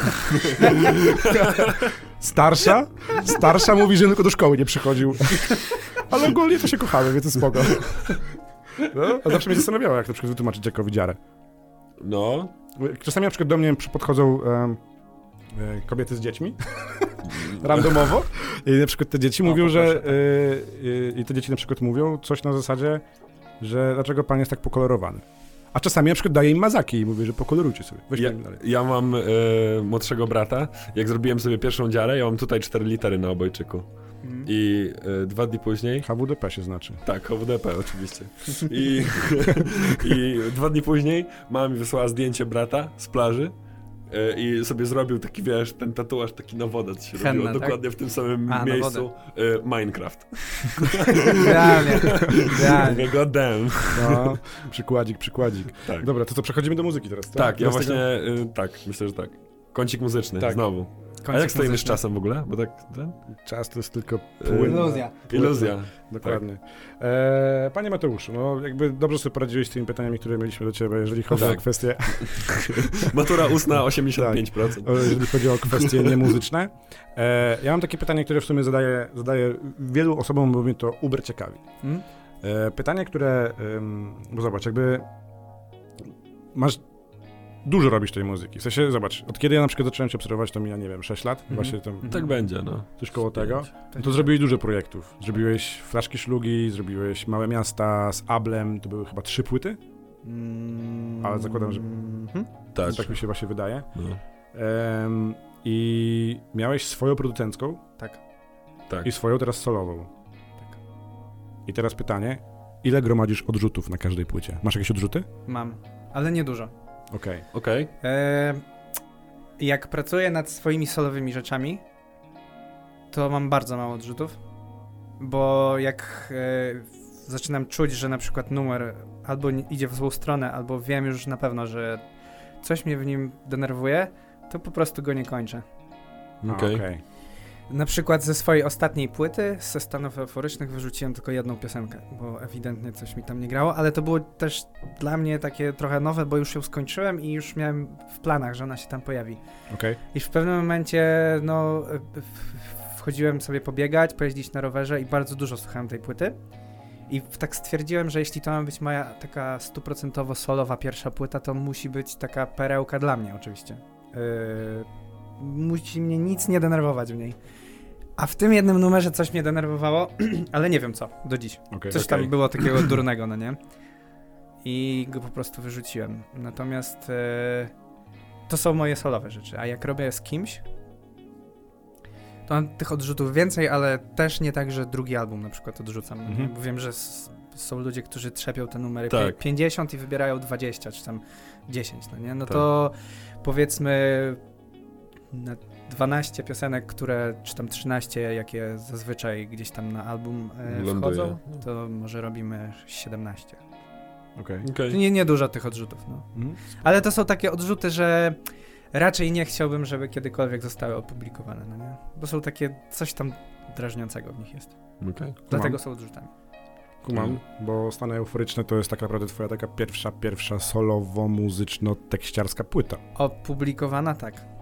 Starsza mówi, że tylko do szkoły nie przychodził. Ale ogólnie to się kochamy, więc to spoko. No, a zawsze mnie zastanawiało, jak na przykład wytłumaczyć Jackowi dziarę. No. Czasami na przykład do mnie podchodzą kobiety z dziećmi, randomowo, i na przykład te dzieci mówią, że i te dzieci na przykład mówią coś na zasadzie, że dlaczego pan jest tak pokolorowany. A czasami na przykład daję im mazaki i mówię, że pokolorujcie sobie. Weźmy im dalej. Ja mam młodszego brata. Jak zrobiłem sobie pierwszą dziarę, ja mam tutaj 4 litery na obojczyku. I 2 dni później... HWDP się znaczy. Tak, HWDP oczywiście. I 2 dni później mama mi wysłała zdjęcie brata z plaży i sobie zrobił taki, wiesz, ten tatuaż taki na wodę, co się Henna, robiło, tak? dokładnie w tym samym A, na miejscu. Minecraft. Realnie. Mówię, God damn. No, przykładzik. Tak, Dobra, to co, przechodzimy do muzyki teraz, tak? tak ja Bez właśnie, tego- tak, myślę, że tak. Kącik muzyczny, Tak. znowu. A jak stoimy z czasem w ogóle? Bo tak... Czas to jest tylko Iluzja. Iluzja. Dokładnie. Panie Mateuszu, no jakby dobrze sobie poradziłeś z tymi pytaniami, które mieliśmy do ciebie, jeżeli chodzi o kwestie... Matura ustna 85%. Jeżeli chodzi o kwestie niemuzyczne. Ja mam takie pytanie, które w sumie zadaję wielu osobom, bo mnie to uber ciekawi. Pytanie, które... Bo zobacz, jakby... Dużo robisz tej muzyki. W sensie, zobacz, od kiedy ja na przykład zacząłem cię obserwować, to mija, nie wiem, 6 lat? Właśnie tam, Tak będzie, no. coś koło tego. No to zrobiłeś dużo projektów. Zrobiłeś Flaszki Szlugi, zrobiłeś Małe Miasta z Ablem, to były chyba 3 płyty? Ale zakładam, że... Tak mi się właśnie wydaje. No. I miałeś swoją producencką. Tak. I swoją teraz solową. Tak. I teraz pytanie, ile gromadzisz odrzutów na każdej płycie? Masz jakieś odrzuty? Mam, ale nie dużo. Okej. Jak pracuję nad swoimi solowymi rzeczami, to mam bardzo mało odrzutów, bo jak zaczynam czuć, że na przykład numer albo idzie w złą stronę, albo wiem już na pewno, że coś mnie w nim denerwuje, to po prostu go nie kończę. Okej. Na przykład ze swojej ostatniej płyty, ze Stanów Euforycznych, wyrzuciłem tylko jedną piosenkę, bo ewidentnie coś mi tam nie grało, ale to było też dla mnie takie trochę nowe, bo już ją skończyłem i już miałem w planach, że ona się tam pojawi. I w pewnym momencie, no, wchodziłem sobie pobiegać, pojeździć na rowerze i bardzo dużo słuchałem tej płyty. I tak stwierdziłem, że jeśli to ma być moja taka 100% solowa pierwsza płyta, to musi być taka perełka dla mnie oczywiście. Musi mnie nic nie denerwować w niej. A w tym jednym numerze coś mnie denerwowało, ale nie wiem co, do dziś. Coś tam było takiego durnego, no nie? I go po prostu wyrzuciłem. Natomiast to są moje solowe rzeczy, a jak robię z kimś, to mam tych odrzutów więcej, ale też nie tak, że drugi album na przykład odrzucam, no nie? Bo wiem, że są ludzie, którzy trzepią te numery 50 i wybierają 20 czy tam 10, no nie? No to powiedzmy na 12 piosenek, które, czy tam 13, jakie zazwyczaj gdzieś tam na album wchodzą, to może robimy 17. Nie dużo tych odrzutów, no. Ale to są takie odrzuty, że raczej nie chciałbym, żeby kiedykolwiek zostały opublikowane, no nie? Bo są takie, coś tam drażniącego w nich jest. Dlatego są odrzutami. Kumam, bo Stany Euforyczne to jest tak naprawdę twoja taka pierwsza solowo-muzyczno-tekściarska płyta. Opublikowana, tak.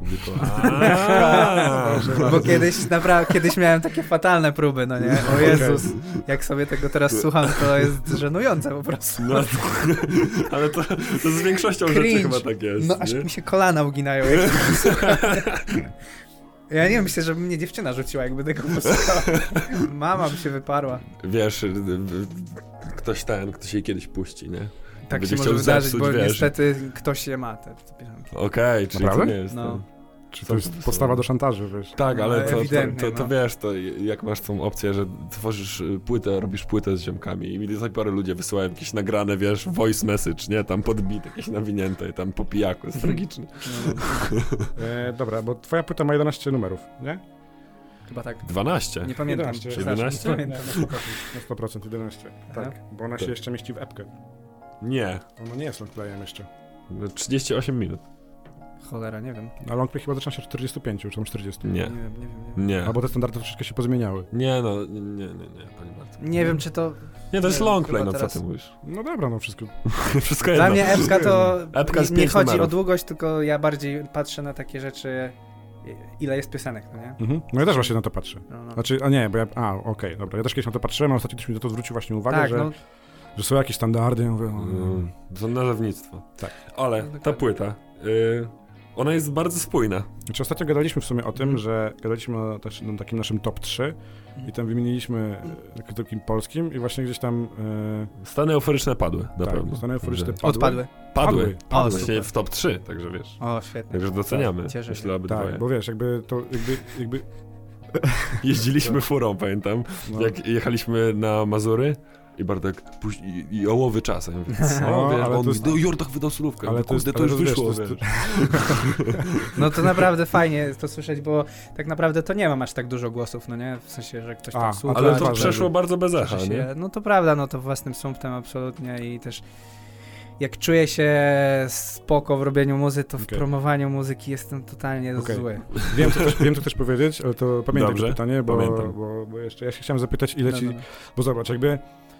Bo kiedyś miałem takie fatalne próby, no nie? O Jezus, jak sobie tego teraz słucham, to jest żenujące po prostu. No, ale to z większością rzeczy chyba tak jest. No aż mi się kolana uginają, jak tego słucham. Ja nie wiem, myślę, żeby mnie dziewczyna rzuciła, jakby tego posłuchała. Mama by się wyparła. Wiesz, ktoś jej kiedyś puści, nie? Tak się może wydarzyć, bo niestety ktoś je ma, te piosenki. Okej, czyli to nie jest to. Czy to jest podstawa do szantażu, wiesz? Tak, ale to wiesz, to jak masz tą opcję, że tworzysz płytę, robisz płytę z ziomkami i mi do tej pory ludzie wysyłają jakieś nagrane, wiesz, voice message, nie? Tam podbite, jakieś nawinięte, tam po pijaku, jest tragiczne. Dobra, bo twoja płyta ma 11 numerów, nie? Chyba tak. 12? Nie pamiętam. 11? Nie pamiętam, na 100% 11. Tak, bo ona się jeszcze mieści w epkę. Nie. Ono nie jest longplayem jeszcze. 38 minut. Cholera, nie wiem. A longplay chyba zaczyna się od 45, czy tam 40. Nie wiem. Albo te standardy troszeczkę się pozmieniały. Nie, panie Bartek. Nie wiem, czy to... Nie, to jest longplay, no co ty mówisz? No dobra, no wszystko. Wszystko jedno. Dla mnie epka to nie chodzi numerów. o długość, tylko ja bardziej patrzę na takie rzeczy, ile jest piosenek, no nie? No ja też właśnie na to patrzę. No. Znaczy, bo ja... okej, dobra. Ja też kiedyś na to patrzyłem, a ostatnio ktoś mi to zwrócił właśnie uwagę, tak, że są jakieś standardy, ja mówię... To nazewnictwo. Tak. Ale ta płyta, ona jest bardzo spójna. Znaczy ostatnio gadaliśmy w sumie o tym, że gadaliśmy o też na takim naszym top 3 i tam wymieniliśmy takim polskim i właśnie gdzieś tam... Stany Euforyczne padły, na pewno. Stany Euforyczne Padły. O, właśnie w top 3, także wiesz. O, świetnie. Także doceniamy. Tak, cieszę się. Myślę, obydwoje. Tak, bo wiesz, jakby Jeździliśmy furą, pamiętam, jak jechaliśmy na Mazury i Bartek i ołowy czas. Ja mówię, ale on Jordach wydał solówkę. Ale to już wyszło, wiesz. No to naprawdę fajnie to słyszeć, bo tak naprawdę to nie mam aż tak dużo głosów, no nie? W sensie, że ktoś tam słucha. Ale to przeszło bardzo bez echa, nie? No to prawda, no to własnym sumptem absolutnie i też jak czuję się spoko w robieniu muzy, to w Okej. promowaniu muzyki jestem totalnie Okej. zły. Wiem, co chcesz powiedzieć, ale to pamiętam Dobrze, to pytanie, pamiętam. bo jeszcze ja się chciałem zapytać, ile ci... No. Bo zobacz, jakby...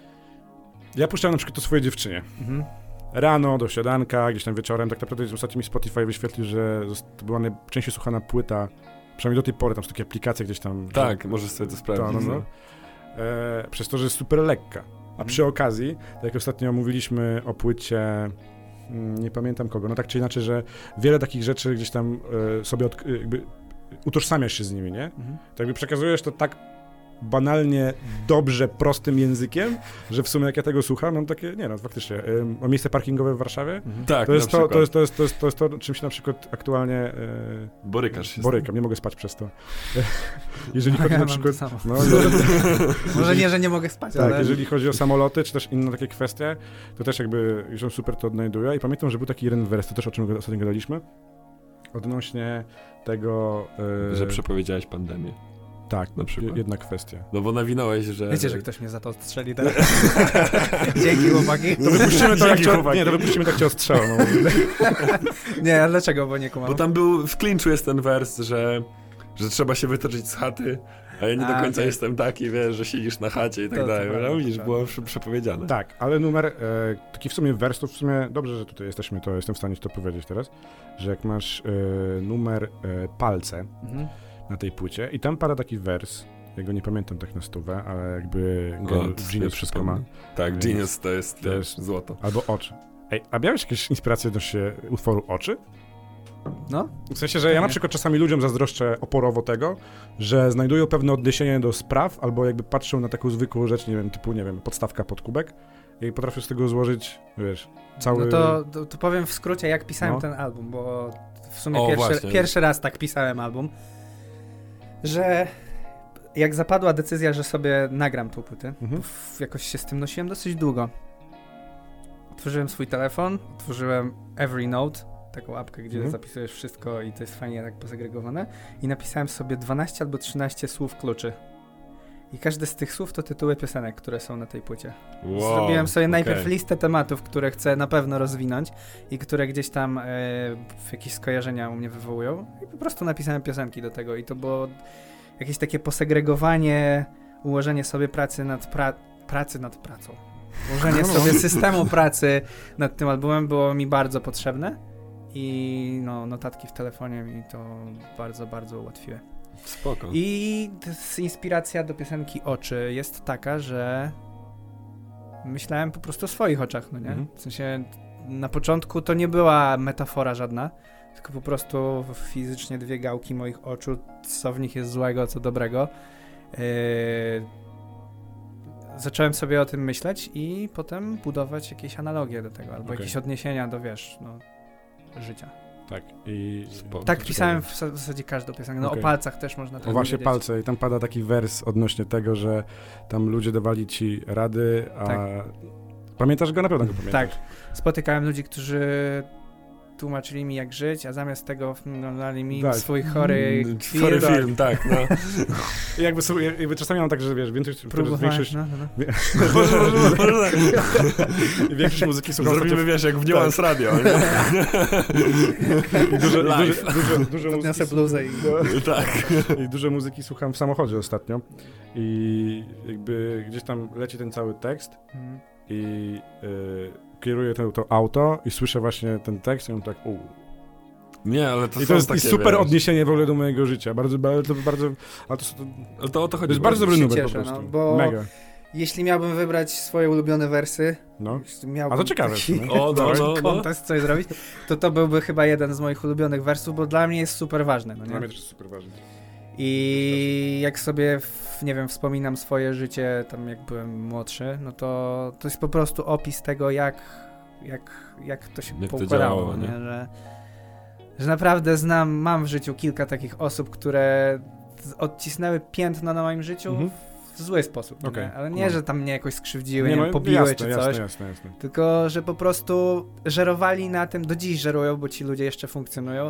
Ja puszczałem na przykład to swojej dziewczynie. Mhm. Rano, do śniadanka, gdzieś tam wieczorem, tak naprawdę ostatnio mi Spotify wyświetlił, że to była najczęściej słuchana płyta, przynajmniej do tej pory, tam są takie aplikacje gdzieś tam. Tak, możesz sobie to sprawdzić. no. Przez to, że jest super lekka. A przy okazji, tak jak ostatnio mówiliśmy o płycie, nie pamiętam kogo, no tak czy inaczej, że wiele takich rzeczy gdzieś tam sobie jakby utożsamiasz się z nimi, nie? Mhm. To jakby przekazujesz to tak banalnie, dobrze, prostym językiem, że w sumie jak ja tego słucham, mam takie, nie no, faktycznie, o miejsce parkingowe w Warszawie, Tak, to jest na to, przykład. to jest to, czym się na przykład aktualnie Borykasz się z borykam, nie mogę spać przez to. Jeżeli chodzi Ja na mam przykład... to samo. No, Może nie, że nie mogę spać, tak, ale... jeżeli chodzi o samoloty, czy też inne takie kwestie, to też jakby już on super to odnajduje. I pamiętam, że był taki jeden wers, to też o czym ostatnio gadaliśmy, odnośnie tego... że przepowiedziałeś pandemię. tak, na przykład. jedna kwestia. No bo nawinąłeś, że... Wiecie, że ktoś mnie za to strzeli teraz. Dzięki, chłopaki. To wypuścimy to, jak Dzięki, cię, chłopaki. nie, to wypuścimy tak cię ostrzał. No. Nie, a dlaczego, bo nie kumam. Bo tam był, w klinczu jest ten wers, że trzeba się wytoczyć z chaty, a ja nie do końca okej. jestem taki, wiesz, że siedzisz na chacie i tak To dalej. prawda, No widzisz, to było prawda. przepowiedziane. Tak, ale numer, taki w sumie wers, to w sumie dobrze, że tutaj jesteśmy, to jestem w stanie ci to powiedzieć teraz, że jak masz numer Palce Mhm. na tej płycie i tam pada taki wers, ja go nie pamiętam tak na stówę, ale jakby Genius wszystko ma. Tak, Więc Genius to jest to jest- złoto. Albo Oczy. Ej, a miałeś jakieś inspiracje odnośnie utworu Oczy? No, W sensie, że ja na przykład czasami ludziom zazdroszczę oporowo tego, że znajdują pewne odniesienie do spraw, albo jakby patrzą na taką zwykłą rzecz, nie wiem, typu, nie wiem, podstawka pod kubek i potrafią z tego złożyć, wiesz, cały... no to powiem w skrócie, jak pisałem No. ten album, bo w sumie O, właśnie. pierwszy raz tak pisałem album, że jak zapadła decyzja, że sobie nagram tą płytę, Mhm. jakoś się z tym nosiłem dosyć długo. Otworzyłem swój telefon, otworzyłem Evernote, taką apkę, gdzie Mhm. zapisujesz wszystko i to jest fajnie tak posegregowane i napisałem sobie 12 albo 13 słów kluczy. I każdy z tych słów to tytuły piosenek, które są na tej płycie. Wow, Zrobiłem sobie najpierw okej. listę tematów, które chcę na pewno rozwinąć i które gdzieś tam jakieś skojarzenia u mnie wywołują i po prostu napisałem piosenki do tego i to było jakieś takie posegregowanie, ułożenie sobie pracy nad pracą. Ułożenie sobie systemu pracy nad tym albumem było mi bardzo potrzebne i no, notatki w telefonie mi to bardzo, bardzo ułatwiły. Spoko. I inspiracja do piosenki Oczy jest taka, że myślałem po prostu o swoich oczach, no nie? Mhm. W sensie na początku to nie była metafora żadna, tylko po prostu fizycznie dwie gałki moich oczu, co w nich jest złego, co dobrego. Zacząłem sobie o tym myśleć i potem budować jakieś analogie do tego, albo Okej. jakieś odniesienia do, wiesz, no, życia. Tak, i... Spoko. Tak to pisałem ciekawe. w zasadzie każdą piosenkę. No Okej. o palcach też można tak O właśnie powiedzieć. Palce i tam pada taki wers odnośnie tego, że tam ludzie dawali ci rady, a... Tak. Pamiętasz go? Na pewno go pamiętasz. Tak. Spotykałem ludzi, którzy tłumaczyli mi jak żyć, a zamiast tego dali mi Tak. swój chory Chory film. film, tak, no. I jakby czasami mam tak, że wiesz, większość, No. większość muzyki słucham Zrobimy, wiesz, jak w Nuance Radio, nie? i dużo Podniosę muzyki, bluzę i... Tak. i dużo muzyki słucham w samochodzie ostatnio i jakby gdzieś tam leci ten cały tekst Mhm. i kieruję to auto i słyszę właśnie ten tekst i on tak Nie, ale to I są to jest takie, super wiesz, odniesienie w ogóle do mojego życia. Bardzo, ale to ale to o to chodzi. jest bardzo dobry się numer cieszę, po prostu. no, bo- Mega. Jeśli miałbym wybrać swoje ulubione wersy, No. miałbym A to ciekawe w taki sumie. O, no. kontest coś zrobić, to byłby chyba jeden z moich ulubionych wersów, bo dla mnie jest super ważny, no Dla nie? mnie też jest super ważne. I jak sobie, nie wiem, wspominam swoje życie, tam jak byłem młodszy, no to jest po prostu opis tego, jak to się Jak to poukładało, działało, nie? nie? Że naprawdę mam w życiu kilka takich osób, które odcisnęły piętno na moim życiu Mhm. w zły sposób, nie? Okej, Ale nie, no. że tam mnie jakoś skrzywdziły, nie, no, wiem, pobiły jasne, czy jasne, coś, Jasne. tylko że po prostu żerowali na tym, do dziś żerują, bo ci ludzie jeszcze funkcjonują,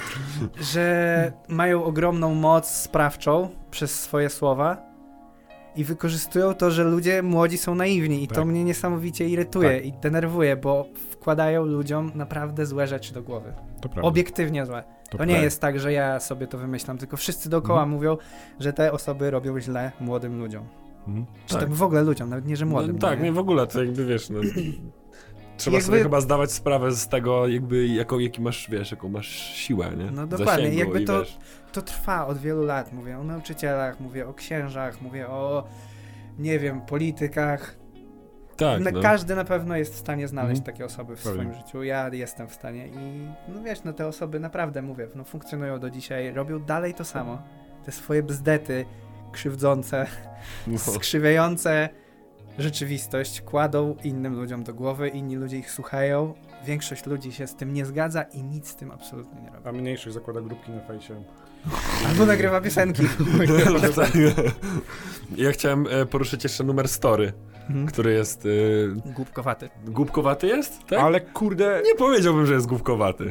że mają ogromną moc sprawczą przez swoje słowa i wykorzystują to, że ludzie młodzi są naiwni i to Tak. mnie niesamowicie irytuje Tak. i denerwuje, bo wkładają ludziom naprawdę złe rzeczy do głowy. To prawda. Obiektywnie złe. To nie prawda. jest tak, że ja sobie to wymyślam, tylko wszyscy dookoła mówią, że te osoby robią źle młodym ludziom. Mhm. Czy Tak. tak w ogóle ludziom, nawet nie, że młodym. No, tak, nie? nie w ogóle, to jakby wiesz, no... Trzeba Jakby- sobie chyba zdawać sprawę z tego, jakby jaki masz, wiesz, jaką masz siłę, nie? No dokładnie, Zasięgu jakby i to- wiesz, To trwa od wielu lat. Mówię o nauczycielach, mówię o księżach, mówię o, nie wiem, politykach. tak, no. Każdy na pewno jest w stanie znaleźć Mhm. takie osoby w Pewnie. swoim życiu. Ja jestem w stanie i no wiesz, no te osoby naprawdę, mówię, no funkcjonują do dzisiaj, robią dalej to samo. Te swoje bzdety krzywdzące, No. skrzywiające rzeczywistość kładą innym ludziom do głowy, inni ludzie ich słuchają. Większość ludzi się z tym nie zgadza i nic z tym absolutnie nie robi. A mniejszych zakłada grupki na fejsie. Albo nagrywa piosenki. Tak. Ja chciałem poruszyć jeszcze numer Story, Mhm. który jest... Głupkowaty. Głupkowaty jest? Tak? Ale kurde... Nie powiedziałbym, że jest głupkowaty.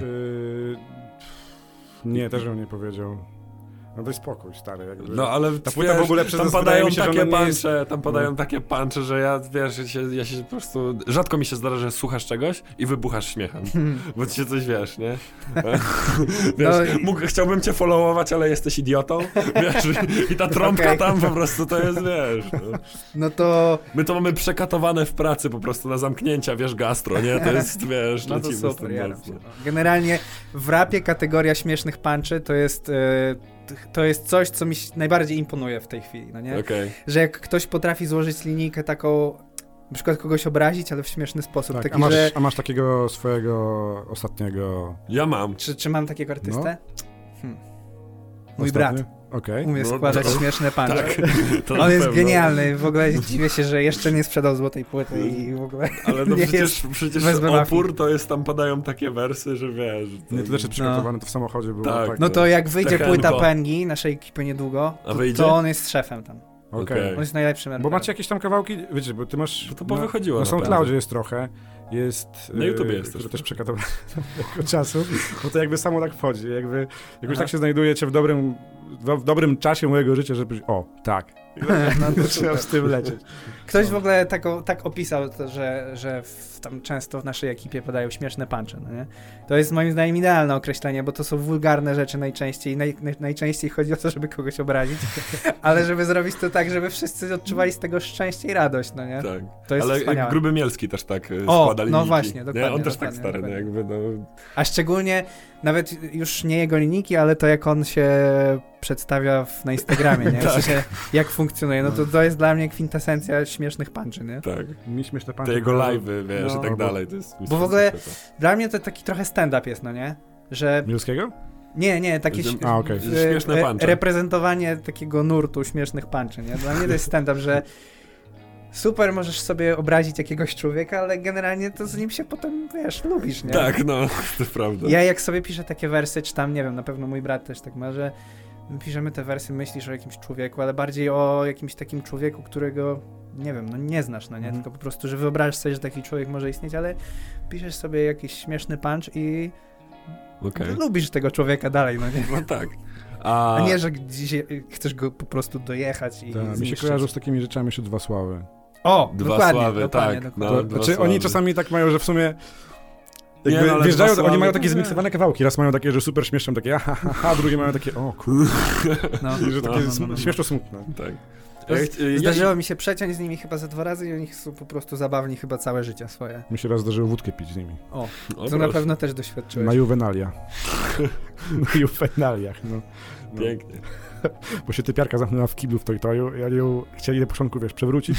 Nie, też bym nie powiedział. No daj spokój, stary. Jakby. No ale Ta płyta w ogóle przez tam nas padają wydaje mi się, że takie ona nie jest- puncze, tam padają takie puncze, że ja, wiesz, ja się po prostu... Rzadko mi się zdarza, że słuchasz czegoś i wybuchasz śmiechem, bo ci się coś wiesz, nie? Wiesz, No chciałbym cię followować, ale jesteś idiotą, wiesz, i ta trąbka Okej. tam po prostu to jest, wiesz... No. No to... My to mamy przekatowane w pracy po prostu na zamknięcia, wiesz, gastro, nie? To jest, wiesz, No to lecimy z super, tym jaram mocno. się. Generalnie w rapie kategoria śmiesznych punczy to jest coś, co mi najbardziej imponuje w tej chwili, no nie? Okej. Że jak ktoś potrafi złożyć linijkę taką, na przykład kogoś obrazić, ale w śmieszny sposób, Tak, taki, że... a masz takiego swojego ostatniego... Ja mam. Czy mam takiego artystę? Mój ostatni? brat Okej. umie No, składać to- śmieszne puncze. Tak. To On na jest pewno. genialny, w ogóle dziwię się, że jeszcze nie sprzedał złotej płyty i w ogóle Ale no nie przecież wezmę mafii. opór to jest, tam padają takie wersy, że wiesz... Nie, to też jest przygotowane, to w samochodzie było. Tak. No to jak wyjdzie Techenko. płyta Pengi, naszej ekipy niedługo, A wyjdzie? to on jest szefem tam. Okej. On jest najlepszym Bo raperem. macie jakieś tam kawałki, wiecie, bo ty masz... Bo to powychodziło Na naprawdę. SoundCloudzie jest trochę, jest... Na YouTubie jest które też. też przekatowane tego czasu, bo to jakby samo tak wchodzi, jakby już Aha. tak się znajdujecie w dobrym czasie mojego życia, żeby o, tak. No to Trzeba z tym lecieć. Ktoś w ogóle tak opisał, to, że tam często w naszej ekipie podają śmieszne punche, no nie? To jest moim zdaniem idealne określenie, bo to są wulgarne rzeczy najczęściej. Najczęściej chodzi o to, żeby kogoś obrazić, ale żeby zrobić to tak, żeby wszyscy odczuwali z tego szczęście i radość, no nie? Tak. To jest Ale wspaniałe. Gruby Mielski też tak O, składa no linijki. właśnie, Nie? dokładnie, On też tak dokładnie, stary, no jakby no... A szczególnie nawet już nie jego linijki, ale to jak on się przedstawia na Instagramie, nie? W Tak. sensie, jak funkcjonuje, no to jest dla mnie kwintesencja śmiesznych punczy, nie? Tak. Mi śmieszne pan. Te jego live'y, wiesz, No, i tak bo- dalej. To jest Bo w ogóle dla mnie to taki trochę stand-up jest, no nie? Że Mielskiego? nie, takie A, okej. Śmieszne punche. reprezentowanie takiego nurtu śmiesznych punczy, nie? Dla mnie to jest stand-up, że super możesz sobie obrazić jakiegoś człowieka, ale generalnie to z nim się potem, wiesz, lubisz, nie? Tak, no, to prawda. Ja jak sobie piszę takie wersy, czy tam, nie wiem, na pewno mój brat też tak ma, że piszemy te wersy, myślisz o jakimś człowieku, ale bardziej o jakimś takim człowieku, którego, nie wiem, no nie znasz, no nie? Mhm. Tylko po prostu, że wyobrażasz sobie, że taki człowiek może istnieć, ale piszesz sobie jakiś śmieszny punch i Okej. lubisz tego człowieka dalej, no nie? No tak. A nie, że gdzieś chcesz go po prostu dojechać i Tak, mi się zniszczyć. kojarzą z takimi rzeczami jeszcze Dwa Sławy. O, Dwa dokładnie, Sławy, dokładnie, tak. dokładnie. No, Dwa Znaczy Sławy. oni czasami tak mają, że w sumie Nie, jakby no, ale wjeżdżają, Dwa Sławy oni mają to takie nie. zmiksowane kawałki. Raz mają takie, że super śmieszne, takie ha, drugie mają takie o kurde, No. i że takie No. śmieszno smutne. Tak. Zdarzyło mi się przeciąć z nimi chyba ze 2 razy i oni są po prostu zabawni chyba całe życie swoje. Mi się raz zdarzyło wódkę pić z nimi. O, O, to na proszę. pewno też doświadczyłeś. Na juwenalia. Na juwenaliach, no. Pięknie. Bo się typiarka zamknęła w kiblu w Toju i oni ją chcieli na początku, wiesz, przewrócić.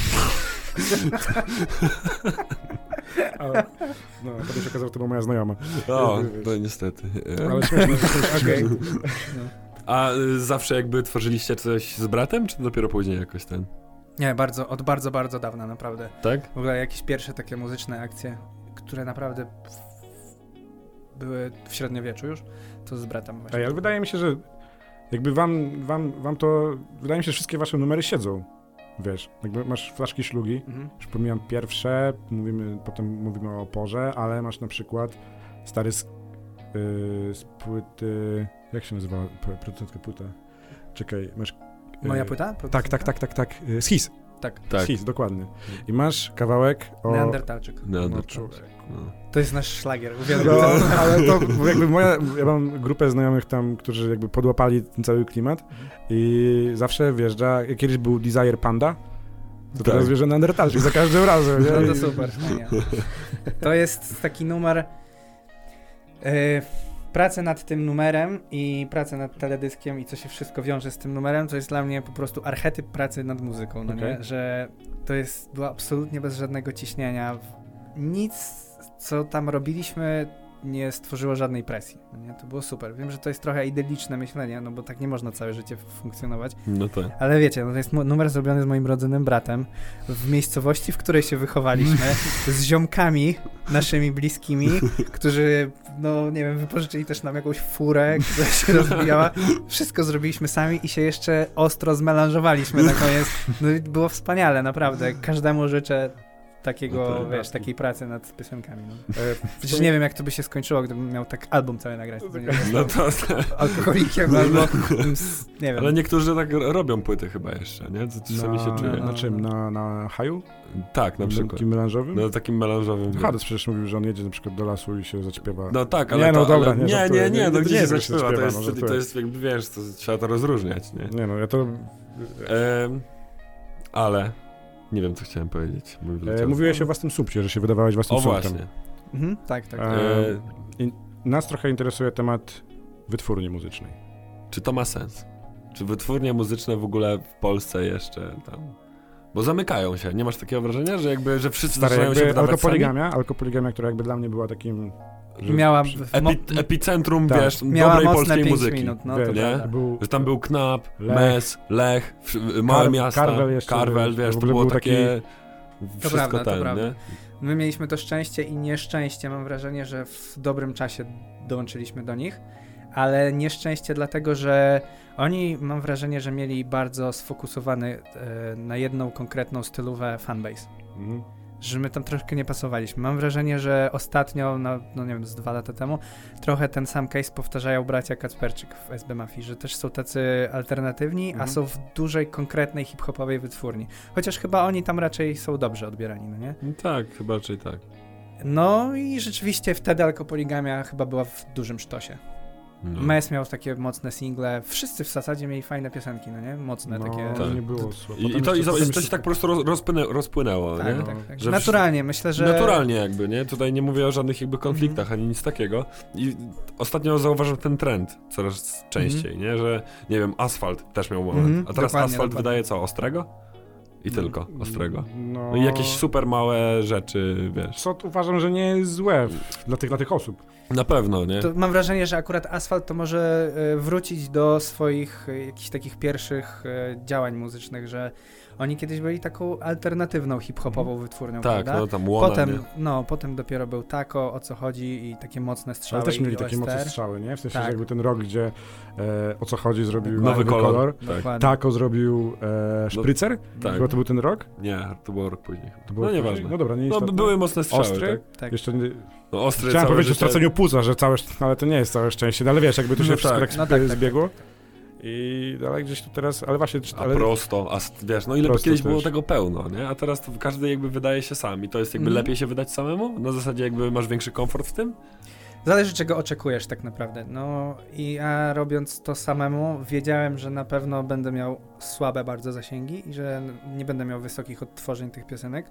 Ale, no, potem się okazało, że to była moja znajoma. O, no niestety. Ale śmieszne. Okej. A zawsze jakby tworzyliście coś z bratem, czy dopiero później jakoś ten? Nie, od bardzo dawna, naprawdę. Tak? W ogóle jakieś pierwsze takie muzyczne akcje, które naprawdę były w średniowieczu już, to z bratem właśnie. Ej, ale wydaje mi się, że jakby wam to, wydaje mi się, że wszystkie wasze numery siedzą. Wiesz, jakby masz flaszki szlugi, Mhm. już pomijam pierwsze, potem mówimy o oporze, ale masz na przykład stary z płyty, jak się nazywa producentka płyta? Czekaj, masz Moja płyta? Tak. Schis. Tak. Schis, dokładnie. I masz kawałek o... Neandertalczyk. Neandertalczyk. No. To jest nasz szlagier. No, Uwielbiam ten. ale to jakby ja mam grupę znajomych tam, którzy jakby podłapali ten cały klimat i zawsze wjeżdża, jak kiedyś był Desire Panda, to teraz wjeżdża Neandertalczyk za każdym razem, nie? No to super, fajnie. To jest taki numer... Pracę nad tym numerem i pracę nad teledyskiem i co się wszystko wiąże z tym numerem, to jest dla mnie po prostu archetyp pracy nad muzyką, no nie? Że to było absolutnie bez żadnego ciśnienia. Nic, co tam robiliśmy, nie stworzyło żadnej presji. No nie? To było super. Wiem, że to jest trochę idylliczne myślenie, no bo tak nie można całe życie funkcjonować. No tak. Ale wiecie, no to jest numer zrobiony z moim rodzinnym bratem w miejscowości, w której się wychowaliśmy, z ziomkami naszymi bliskimi, którzy, no nie wiem, wypożyczyli też nam jakąś furę, która się rozwijała. Wszystko zrobiliśmy sami i się jeszcze ostro zmelanżowaliśmy na koniec. No i było wspaniale, naprawdę. Każdemu życzę takiego, wiesz, takiej pracy nad piosenkami. No. Przecież nie wiem, jak to by się skończyło, gdybym miał tak album cały nagrać. To nie No to... alkoholikiem albo... nie wiem. Ale niektórzy tak robią płyty chyba jeszcze, nie? To czasami się czuje. Na czym? Na haju? Tak, na przykład. Takim melanżowym? No takim melanżowym. Hades przecież mówił, że on jedzie na przykład do lasu i się zaśpiewa. No tak, ale nie, no dobra, ale... nie, no gdzie się że zaśpiewa, to jest jakby, wiesz, to trzeba to rozróżniać, nie? Nie no, ja to... Ale... Nie wiem, co chciałem powiedzieć. Mówiłeś o własnym subcie, że się wydawałeś własnym subtem. Właśnie. Tak. Nas trochę interesuje temat wytwórni muzycznej. Czy to ma sens? Czy wytwórnie muzyczne w ogóle w Polsce jeszcze tam... Bo zamykają się. Nie masz takiego wrażenia, że wszyscy zaczynają się wydawać Alkopoligamia, która jakby dla mnie była takim... Miała epicentrum, tak. wiesz, miała dobrej polskiej 5 muzyki. minut, no, wiesz, to nie? Że tam był Knap, Mes, Lech, małe miasta, Karwel, wiesz, to było takie... Wszystko to prawda. Nie? My mieliśmy to szczęście i nieszczęście, mam wrażenie, że w dobrym czasie dołączyliśmy do nich, ale nieszczęście dlatego, że oni, mam wrażenie, że mieli bardzo sfokusowany na jedną konkretną stylówę fanbase. Że my tam troszkę nie pasowaliśmy. Mam wrażenie, że ostatnio, no nie wiem, z 2 lata temu, trochę ten sam case powtarzają bracia Kacperczyk w SB Mafii, że też są tacy alternatywni, a są w dużej, konkretnej hip-hopowej wytwórni. Chociaż chyba oni tam raczej są dobrze odbierani, no nie? No tak, chyba raczej tak. No i rzeczywiście wtedy Alkopoligamia chyba była w dużym sztosie. No. Mes miał takie mocne single, wszyscy w zasadzie mieli fajne piosenki, no nie? Mocne takie. Tak. Nie było. I to się tak po prostu rozpłynęło, tak, nie? Tak. Że naturalnie, myślę, że... Naturalnie jakby, nie? Tutaj nie mówię o żadnych jakby konfliktach, ani nic takiego. I ostatnio zauważam ten trend coraz częściej, nie? Że, nie wiem, Asfalt też miał moment. A teraz Asfalt wydaje co? Ostrego? I tylko ostrego. No i jakieś super małe rzeczy, wiesz. Co uważam, że nie jest złe dla tych osób. Na pewno, nie? To mam wrażenie, że akurat Asfalt to może wrócić do swoich jakichś takich pierwszych działań muzycznych, że oni kiedyś byli taką alternatywną hip-hopową wytwórnią, tak, prawda? No tam Łona, potem dopiero był Taco, O co chodzi i takie mocne strzały. Ale też mieli takie mocne strzały, nie? W sensie, że jakby ten rok, gdzie O co chodzi zrobił nowy kolor. Tak. Taco zrobił Szprycer? Tak. Chyba to był ten rok? Nie, to było rok później. No nieważne. No dobra, nie istotne. Były mocne strzały, Ostry? Tak. Jeszcze no, ostry chciałem powiedzieć o straceniu płuca, że ale to nie jest całe szczęście, ale wiesz, jakby to się wszystko zbiegło. I dalej gdzieś tu teraz, ale właśnie... prosto, wiesz, no ile prosto kiedyś też było tego pełno, nie? A teraz to każdy jakby wydaje się sam i to jest jakby lepiej się wydać samemu? Na zasadzie jakby masz większy komfort w tym? Zależy, czego oczekujesz tak naprawdę. No i ja robiąc to samemu wiedziałem, że na pewno będę miał słabe bardzo zasięgi i że nie będę miał wysokich odtworzeń tych piosenek.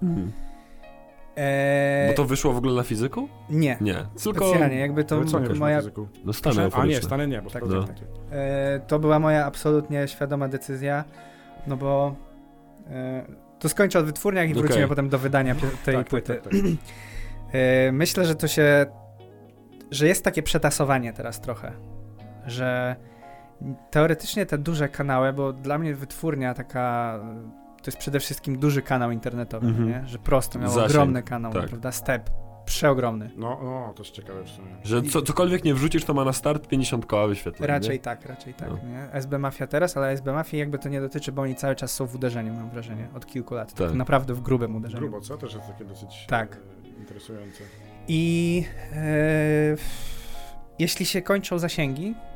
Bo to wyszło w ogóle na fizyku? Nie. Tylko... Specjalnie, jakby to moja... No stany euforyczne. Stany nie, bo tak, no. To była moja absolutnie świadoma decyzja, no bo to skończę o wytwórniach i wrócimy potem do wydania tej płyty. Tak. Myślę, że jest takie przetasowanie teraz trochę, że teoretycznie te duże kanały, bo dla mnie wytwórnia taka... To jest przede wszystkim duży kanał internetowy, nie? Że prosto miał ogromny kanał, prawda? Step, przeogromny. No, to jest ciekawe w sumie. Że cokolwiek nie wrzucisz, to ma na start 50 koła wyświetleń. Raczej tak, nie? SB Mafia teraz, ale SB Mafii jakby to nie dotyczy, bo oni cały czas są w uderzeniu, mam wrażenie, od kilku lat. Tak naprawdę w grubym uderzeniu. Grubo, co? Też jest takie dosyć interesujące. I jeśli się kończą zasięgi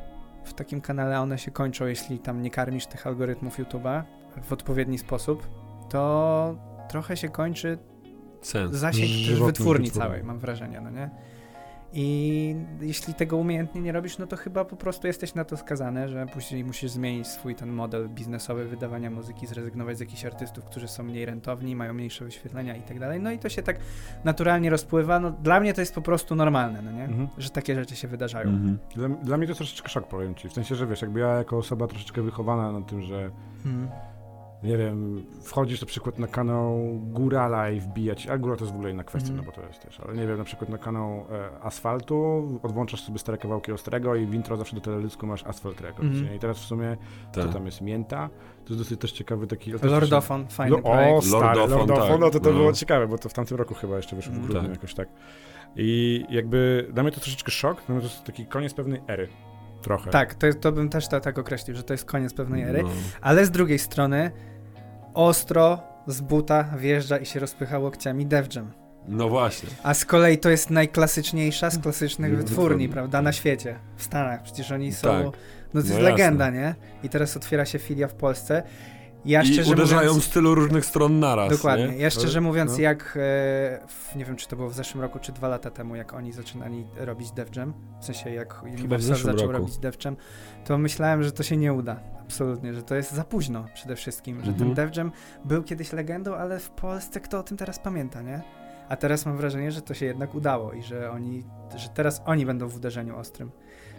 w takim kanale one się kończą, jeśli tam nie karmisz tych algorytmów YouTube'a w odpowiedni sposób, to trochę się kończy Sens. zasięg też Żywotność wytwórni wytwórni. całej, mam wrażenie, no nie? I jeśli tego umiejętnie nie robisz, no to chyba po prostu jesteś na to skazany, że później musisz zmienić swój ten model biznesowy wydawania muzyki, zrezygnować z jakichś artystów, którzy są mniej rentowni, mają mniejsze wyświetlenia i tak dalej. No i to się tak naturalnie rozpływa. No dla mnie to jest po prostu normalne, no nie? Mhm. Że takie rzeczy się wydarzają. Mhm. Dla mnie to jest troszeczkę szok, powiem ci. W sensie, że wiesz, jakby ja jako osoba troszeczkę wychowana na tym, że nie wiem, wchodzisz na przykład na kanał Górala i wbijać, a Góra to jest w ogóle inna kwestia, no bo to jest też, ale nie wiem, na przykład na kanał Asfaltu, odłączasz sobie stare kawałki Ostrego i w intro zawsze do teledysku masz Asfalt Records, nie? I teraz w sumie, co Tak. tam jest, Mięta, to jest dosyć też ciekawy taki... Lordofon, fajny O, projekt. stary, Lordofon, Lordofon, no tak. to No. było ciekawe, bo to w tamtym roku chyba jeszcze wyszło w grudniu Tak. jakoś tak. I jakby dla mnie to troszeczkę szok, no to jest taki koniec pewnej ery. Trochę. Tak, to bym też tak określił, że to jest koniec pewnej ery, No. ale z drugiej strony ostro z buta wjeżdża i się rozpycha łokciami Def Jam. No właśnie. A z kolei to jest najklasyczniejsza z klasycznych Wytwórni. wytwórni, prawda, na świecie, w Stanach. Przecież oni są, Tak. no to jest No legenda, jasne. nie? I teraz otwiera się filia w Polsce. Ja I szczerze uderzają mówiąc, z tylu różnych stron naraz. dokładnie. Nie? Ja szczerze mówiąc, no. jak nie wiem, czy to było w zeszłym roku, czy 2 lata temu, jak oni zaczynali robić Def Jam, w sensie jak Universal zeszłym zaczął roku. robić Def Jam, to myślałem, że to się nie uda. Absolutnie, że to jest za późno przede wszystkim, że ten Def Jam był kiedyś legendą, ale w Polsce kto o tym teraz pamięta, nie? A teraz mam wrażenie, że to się jednak udało i że teraz oni będą w uderzeniu ostrym.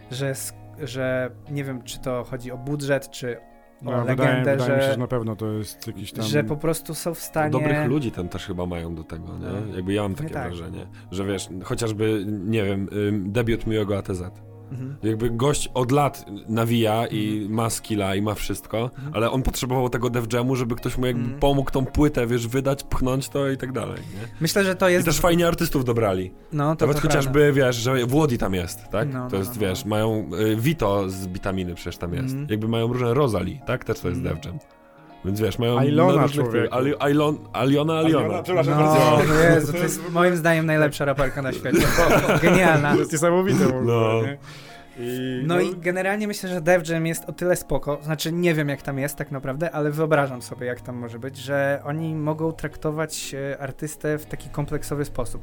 Że nie wiem, czy to chodzi o budżet, czy o No, legendę, wydaje mi się, że że na pewno to jest jakiś tam... że po prostu są w stanie... Dobrych ludzi tam też chyba mają do tego, nie? No. Jakby ja mam takie tak. wrażenie, że wiesz, chociażby, nie wiem, debiut miłego ATZ. Mhm. Jakby gość od lat nawija i ma skilla i ma wszystko, ale on potrzebował tego Def Jamu, żeby ktoś mu jakby pomógł tą płytę, wiesz, wydać, pchnąć to i tak dalej, nie? Myślę, że to I jest... też fajnie artystów dobrali. No, to Nawet to chociażby, prawda. wiesz, że Włodi tam jest, tak? No, to jest, no. wiesz, mają Vito z Bitaminy przecież tam jest. Jakby mają różne Rosalie, tak? Też to jest Def Jam. Więc wiesz, mają Ilona, na różnych człowieku. Aliona. Przepraszam No, bardzo. Jezu, to jest moim zdaniem najlepsza raperka na świecie. Genialna. To jest niesamowite w ogóle, No. nie? No i generalnie myślę, że Def Jam jest o tyle spoko, znaczy nie wiem jak tam jest tak naprawdę, ale wyobrażam sobie jak tam może być, że oni mogą traktować artystę w taki kompleksowy sposób,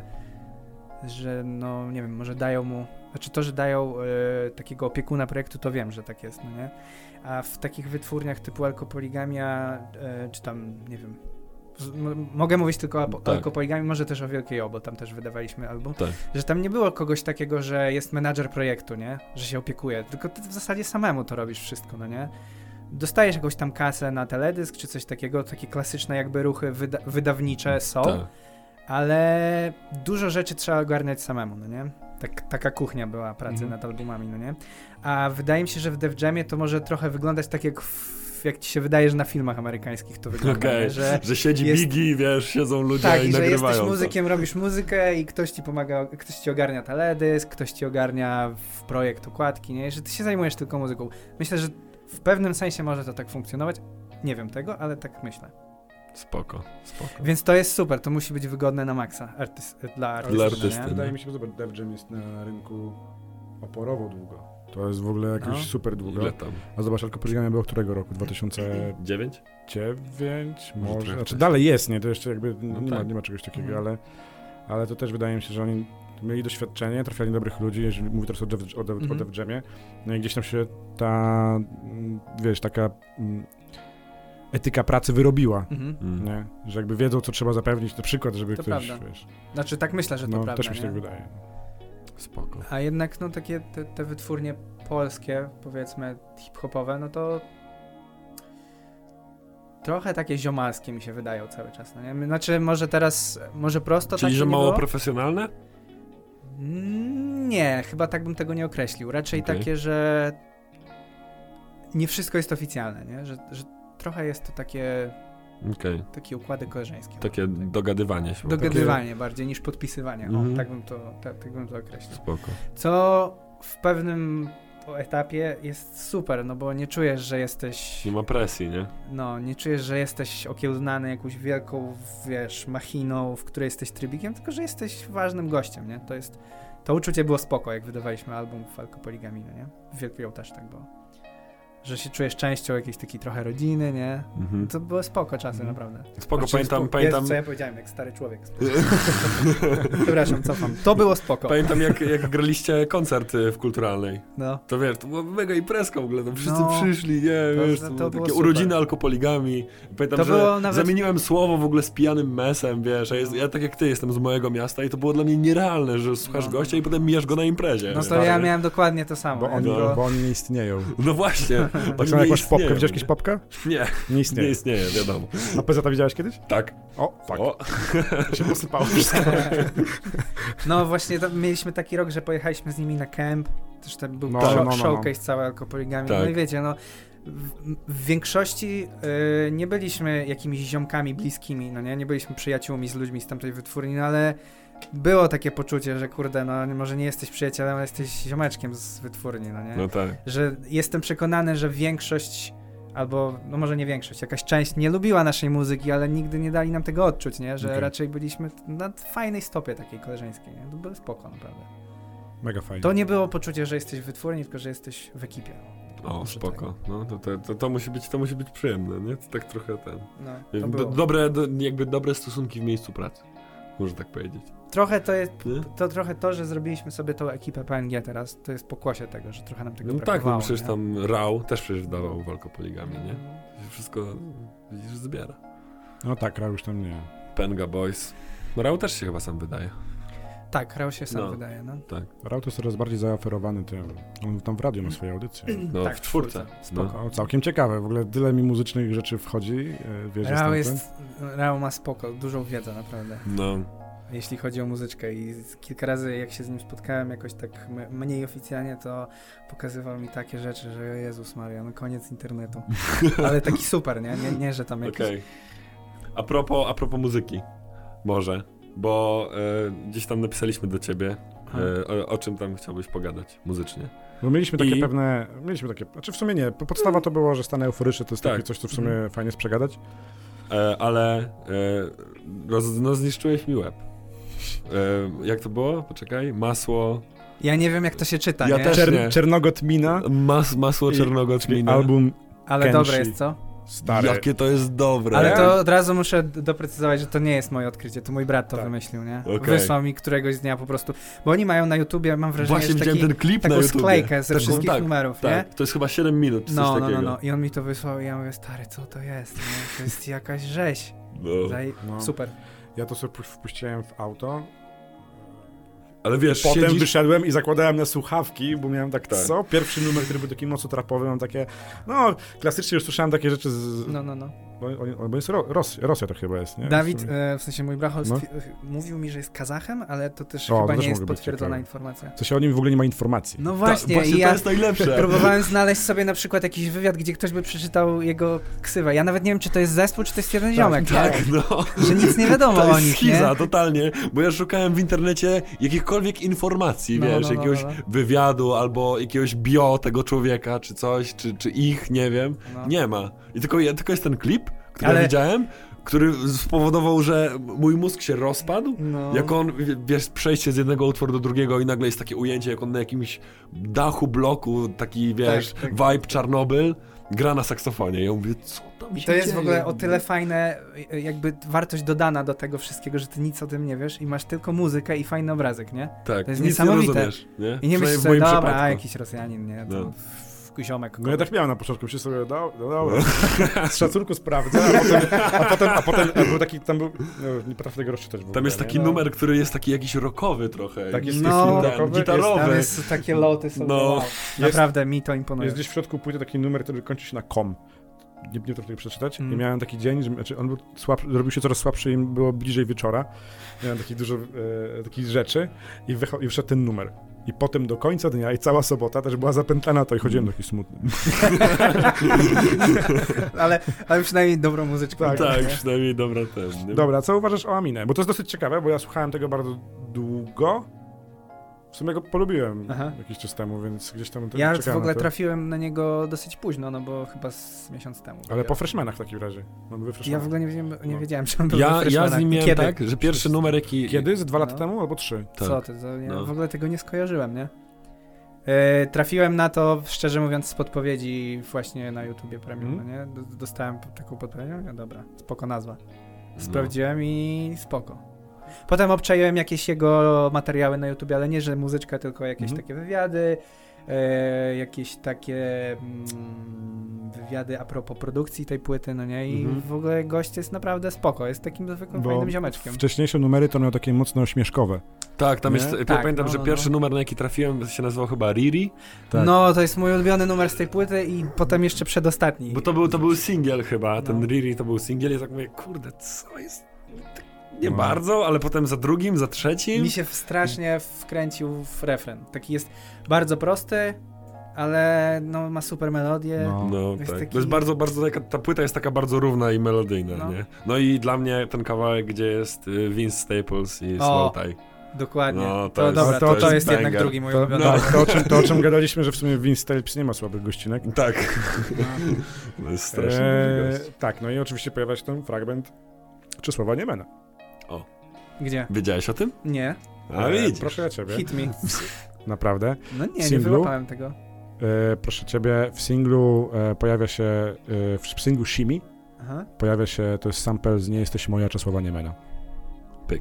że no nie wiem, może dają mu, znaczy to, że dają takiego opiekuna projektu, to wiem, że tak jest, no nie? A w takich wytwórniach typu Alkopoligamia, czy tam, nie wiem, mogę mówić tylko o Tak. Alkopoligamii, może też o Wielkiej O, bo tam też wydawaliśmy album, Tak. że tam nie było kogoś takiego, że jest menadżer projektu, nie? Że się opiekuje, tylko ty w zasadzie samemu to robisz wszystko, no nie? Dostajesz jakąś tam kasę na teledysk, czy coś takiego, takie klasyczne jakby ruchy wydawnicze są, Tak. ale dużo rzeczy trzeba ogarniać samemu, no nie? Taka kuchnia była pracy nad albumami, no nie? A wydaje mi się, że w Def Jamie to może trochę wyglądać tak jak ci się wydaje, że na filmach amerykańskich to wygląda, Okej, nie? Że siedzi jest- Biggie, wiesz, siedzą ludzie tak, i i że nagrywają jesteś to. muzykiem, robisz muzykę i ktoś ci pomaga, ktoś ci ogarnia teledysk, ktoś ci ogarnia w projekt okładki, nie? Że ty się zajmujesz tylko muzyką. Myślę, że w pewnym sensie może to tak funkcjonować. Nie wiem tego, ale tak myślę. Spoko. Więc to jest super, to musi być wygodne na maksa dla artysty. Dla artysty. no nie? Wydaje mi się, że Def Jam jest na rynku oporowo długo. To jest w ogóle jakoś No. super długo. Ile tam? A zobacz, Alkopoligamia było którego roku? 2009? 9? Może. trochę Znaczy wcześniej. dalej jest, nie? To jeszcze jakby No nie, tak. nie ma czegoś takiego, ale to też wydaje mi się, że oni mieli doświadczenie, trafiali dobrych ludzi, jeżeli mówię teraz o Def Jamie, no i gdzieś tam się ta, wiesz, taka etyka pracy wyrobiła. Nie? Że jakby wiedzą, co trzeba zapewnić, na przykład, żeby To ktoś, prawda. wiesz, Znaczy tak myślę, że to no prawda, też mi się tak nie? wydaje. Spoko. A jednak no takie te wytwórnie polskie, powiedzmy hip-hopowe, no to trochę takie ziomalskie mi się wydają cały czas, no nie? Znaczy może teraz, może prosto Czyli, tak że nie mało było? profesjonalne? Nie, chyba tak bym tego nie określił. Raczej Okej. takie, że nie wszystko jest oficjalne, nie? Że trochę jest to Okej. takie układy koleżeńskie. Takie dogadywanie się. Dogadywanie bardziej niż podpisywanie. Mhm. O, tak bym to określił. Spoko. Co w pewnym etapie jest super, no bo nie czujesz, że jesteś... Nie ma presji, nie? No, nie czujesz, że jesteś okiełznany jakąś wielką, wiesz, machiną, w której jesteś trybikiem, tylko że jesteś ważnym gościem, nie? To to uczucie było spoko, jak wydawaliśmy album w Alkopoligami, no nie? W Wielkiej też tak było. Że się czujesz częścią jakiejś takiej trochę rodziny, nie? To było spoko czasy, naprawdę. Spoko, Znaczy, pamiętam... Jezu, co ja powiedziałem, jak stary człowiek. Przepraszam, cofam. To było spoko. Pamiętam, jak graliście koncert w Kulturalnej. No. To wiesz, to była mega imprezka w ogóle, tam wszyscy No. przyszli, nie, wiesz, to to były było takie super. urodziny alkopoligami. Pamiętam, To że było nawet- zamieniłem słowo w ogóle z pijanym mesem, wiesz, ja tak jak ty jestem z mojego miasta i to było dla mnie nierealne, że słuchasz No. gościa i potem mijasz go na imprezie. No wiesz. to ja miałem dokładnie to samo. Bo nie? oni, No. bo oni nie istnieją. No właśnie. Tak samo jak masz popkę. Widziałeś jakieś popkę? Nie, Nie nie istnieje. istnieje, wiadomo. A PZ widziałeś kiedyś? Tak. O, fuck. O. To się posypało wszystko. No właśnie, mieliśmy taki rok, że pojechaliśmy z nimi na camp. Też to był No, showcase cały Alkopoligami. Tak. No i wiecie, no w większości nie byliśmy jakimiś ziomkami bliskimi, no nie byliśmy przyjaciółmi z ludźmi z tamtej wytwórni, no ale było takie poczucie, że kurde, no może nie jesteś przyjacielem, ale jesteś ziomeczkiem z wytwórni, no nie? No tak. Że jestem przekonany, że większość, albo no może nie większość, jakaś część nie lubiła naszej muzyki, ale nigdy nie dali nam tego odczuć, nie? Że Okej. raczej byliśmy na fajnej stopie takiej koleżeńskiej, nie? To było spoko, naprawdę. Mega fajnie. To nie było poczucie, że jesteś w wytwórni, tylko że jesteś w ekipie. O, Może spoko. No, to musi być przyjemne, nie? To tak trochę ten... No, to było. Dobre stosunki w miejscu pracy. Można tak powiedzieć. Trochę to jest, Nie? trochę to, że zrobiliśmy sobie tą ekipę PNG teraz, to jest pokłosie tego, że trochę nam tego No tak, brakowało. no przecież nie? tam Rał też przecież dawał w Alkopoligami, nie? Wszystko, widzisz, zbiera. No tak, Rał już tam nie. Penga Boys. No Rał też się chyba sam wydaje. Tak, Rał się sam No. wydaje, no. Tak. Rał to jest coraz bardziej zaoferowany tym. On tam w radiu ma swoje audycje. No, Tak, w czwórce. Spoko. O, całkiem ciekawe. W ogóle tyle mi muzycznych rzeczy wchodzi. Wiesz, Rał ma spoko, dużą wiedzę naprawdę. No. Jeśli chodzi o muzyczkę i kilka razy jak się z nim spotkałem jakoś tak mniej oficjalnie, to pokazywał mi takie rzeczy, że Jezus Maria, no koniec internetu. Ale taki super, nie że tam jakiś... Okej. A propos muzyki. Może. Bo gdzieś tam napisaliśmy do ciebie, o czym tam chciałbyś pogadać muzycznie. Bo mieliśmy takie znaczy w sumie nie, podstawa to było, że Stany Euforyczne to jest Tak. takie coś, co w sumie fajnie jest przegadać. Ale zniszczyłeś mi łeb. Jak to było? Poczekaj. Masło... Ja nie wiem jak to się czyta, Ja nie? też nie. Czernogot Mina, Masło czernogot mina. album Ale Kenshi. dobre jest, co? stary. Jakie to jest dobre. Ale to od razu muszę doprecyzować, że to nie jest moje odkrycie, to mój brat to Tak. wymyślił, nie? Okej. Wysłał mi któregoś dnia po prostu, bo oni mają na YouTubie, mam wrażenie, Właśnie że widziałem ten klip na taką YouTubie. sklejkę ze Taką- wszystkich tak, numerów, nie? Tak, to jest chyba 7 minut, coś No, takiego. no. I on mi to wysłał i ja mówię, stary, co to jest? Nie? To jest jakaś rzeź. No. No. Super. Ja to sobie wpuściłem w auto. Ale wiesz, Potem siedzisz... wyszedłem i zakładałem na słuchawki, bo miałem tak, Tak. co? Pierwszy numer, który był taki mocno trapowy, mam takie, no, klasycznie już słyszałem takie rzeczy z... No. Bo jest Rosja to chyba jest, nie? Dawid, W sumie. w sensie mój brachol No. mówił mi, że jest Kazachem, ale to też O, to chyba też nie jest mogło być potwierdzona ciekawe. informacja. W sensie o nim w ogóle nie ma informacji. No właśnie, właśnie i to ja jest najlepsze. próbowałem znaleźć sobie na przykład jakiś wywiad, gdzie ktoś by przeczytał jego ksywę. Ja nawet nie wiem, czy to jest zespół, czy to jest jeden ziomek, nie? Tak, no. Że nic nie wiadomo To o jest nich, schiza, nie? totalnie, bo ja szukałem w internecie jakichkolwiek informacji, No, wiesz, no, jakiegoś no. wywiadu albo jakiegoś bio tego człowieka, czy coś, czy ich, nie wiem. No. Nie ma. I tylko jest ten klip, który Ale- ja widziałem, który spowodował, że mój mózg się rozpadł. No. Jak on, wiesz, przejście z jednego utworu do drugiego i nagle jest takie ujęcie, jak on na jakimś dachu bloku, taki, wiesz, Tak. vibe Czarnobyl, gra na saksofonie. I ja mówię, co tam I się to jest dzieje? w ogóle o tyle fajne, jakby wartość dodana do tego wszystkiego, że ty nic o tym nie wiesz i masz tylko muzykę i fajny obrazek, nie? Tak, to jest nic niesamowite. Nie rozumiesz, nie? I nie myślisz Przynajmniej w sobie, moim dobra, przypadku. jakiś Rosjanin, nie? To No. ziomek. No ja tak miałem na początku, się sobie, no dobra, z szacunku sprawdzę, a potem był taki, tam był, no, nie potrafię tego rozczytać w ogóle. Tam jest taki nie? numer, który jest taki jakiś rockowy trochę. Tak jest No, taki rockowy, gitarowy. Tam jest takie loty są. No. Wow. Naprawdę mi to imponuje. Jest gdzieś w środku płyty taki numer, który kończy się na kom. Nie potrafię tego przeczytać. Mm. I miałem taki dzień, że znaczy on był robił się coraz słabszy i było bliżej wieczora. Miałem takich dużo takich rzeczy i wszedł ten numer. I potem do końca dnia i cała sobota też była zapętlana to i chodziłem taki smutny. ale przynajmniej dobrą muzyczkę. Tak. Tak, nie? przynajmniej dobra ten. Nie? Dobra, co uważasz o Aminę? Bo to jest dosyć ciekawe, bo ja słuchałem tego bardzo długo. W sumie go polubiłem Aha. jakiś czas temu, więc gdzieś tam Ja w czekałem ogóle na to. trafiłem na niego dosyć późno, no bo chyba z miesiąc temu. Ale po freshmanach w takim razie. On był Ja freshmanach. w ogóle nie No. wiedziałem, że on był we Ja z freshmanach. nim miałem Kiedy? tak, że pierwszy numer jaki... Kiedy? Z 2 lata No. temu albo 3? Tak. Co ty, to ja No. w ogóle tego nie skojarzyłem, nie? Trafiłem na to, szczerze mówiąc, z podpowiedzi właśnie na YouTubie Premium, no nie? Dostałem taką podpowiedź, no dobra, spoko nazwa. Sprawdziłem i spoko. Potem obczaiłem jakieś jego materiały na YouTubie, ale nie, że muzyczka, tylko jakieś takie wywiady, jakieś takie wywiady a propos produkcji tej płyty, no nie? I w ogóle gość jest naprawdę spoko, jest takim zwykłym fajnym ziomeczkiem. Wcześniejsze numery to miał takie mocno ośmieszkowe. Tak, tam Nie? jest... Tak, pamiętam, że pierwszy numer, na jaki trafiłem, się nazywał chyba Riri. Tak. No, to jest mój ulubiony numer z tej płyty i potem jeszcze przedostatni. Bo to był singiel chyba, ten Riri to był singiel i tak mówię, kurde, co jest... Nie No. bardzo, ale potem za drugim, za trzecim... Mi się strasznie wkręcił w refren. Taki jest bardzo prosty, ale no, ma super melodię. No Jest tak. taki- To jest bardzo, ta płyta jest taka bardzo równa i melodyjna, No. nie? No i dla mnie ten kawałek, gdzie jest Vince Staples i Slow Tie. Dokładnie. No, to jest- dobra, to to jest jest jednak banger. drugi mój To, ulubiony. tak, to o czym gadaliśmy, że w sumie Vince Staples nie ma słabych gościnek. Tak. To jest strasznie duży gość. Tak, no i oczywiście pojawia się ten fragment Czesława Niemena. Gdzie? Wiedziałeś o tym? Nie. A widzisz. Proszę ja ciebie, Hit me. naprawdę. No nie, nie Singlu? wyłapałem tego. Proszę ciebie, w singlu pojawia się, w singlu Shimi Aha. pojawia się, to jest sample z Nie jesteś moja Czesława Niemena. Pyk.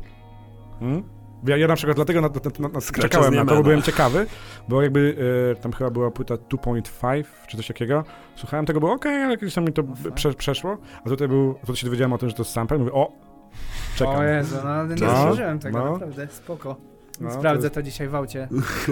Ja na przykład dlatego Scratcha czekałem z na to, Niemena. bo byłem ciekawy, bo jakby tam chyba była płyta 2.5 czy coś takiego. Słuchałem tego, było okej, ale jakieś tam mi to przeszło, a tutaj się dowiedziałem o tym, że to jest sample, mówię, czekam. O Jezu, no ale nie No, zauważyłem tego, no. naprawdę, spoko. No, Sprawdzę to to dzisiaj w aucie.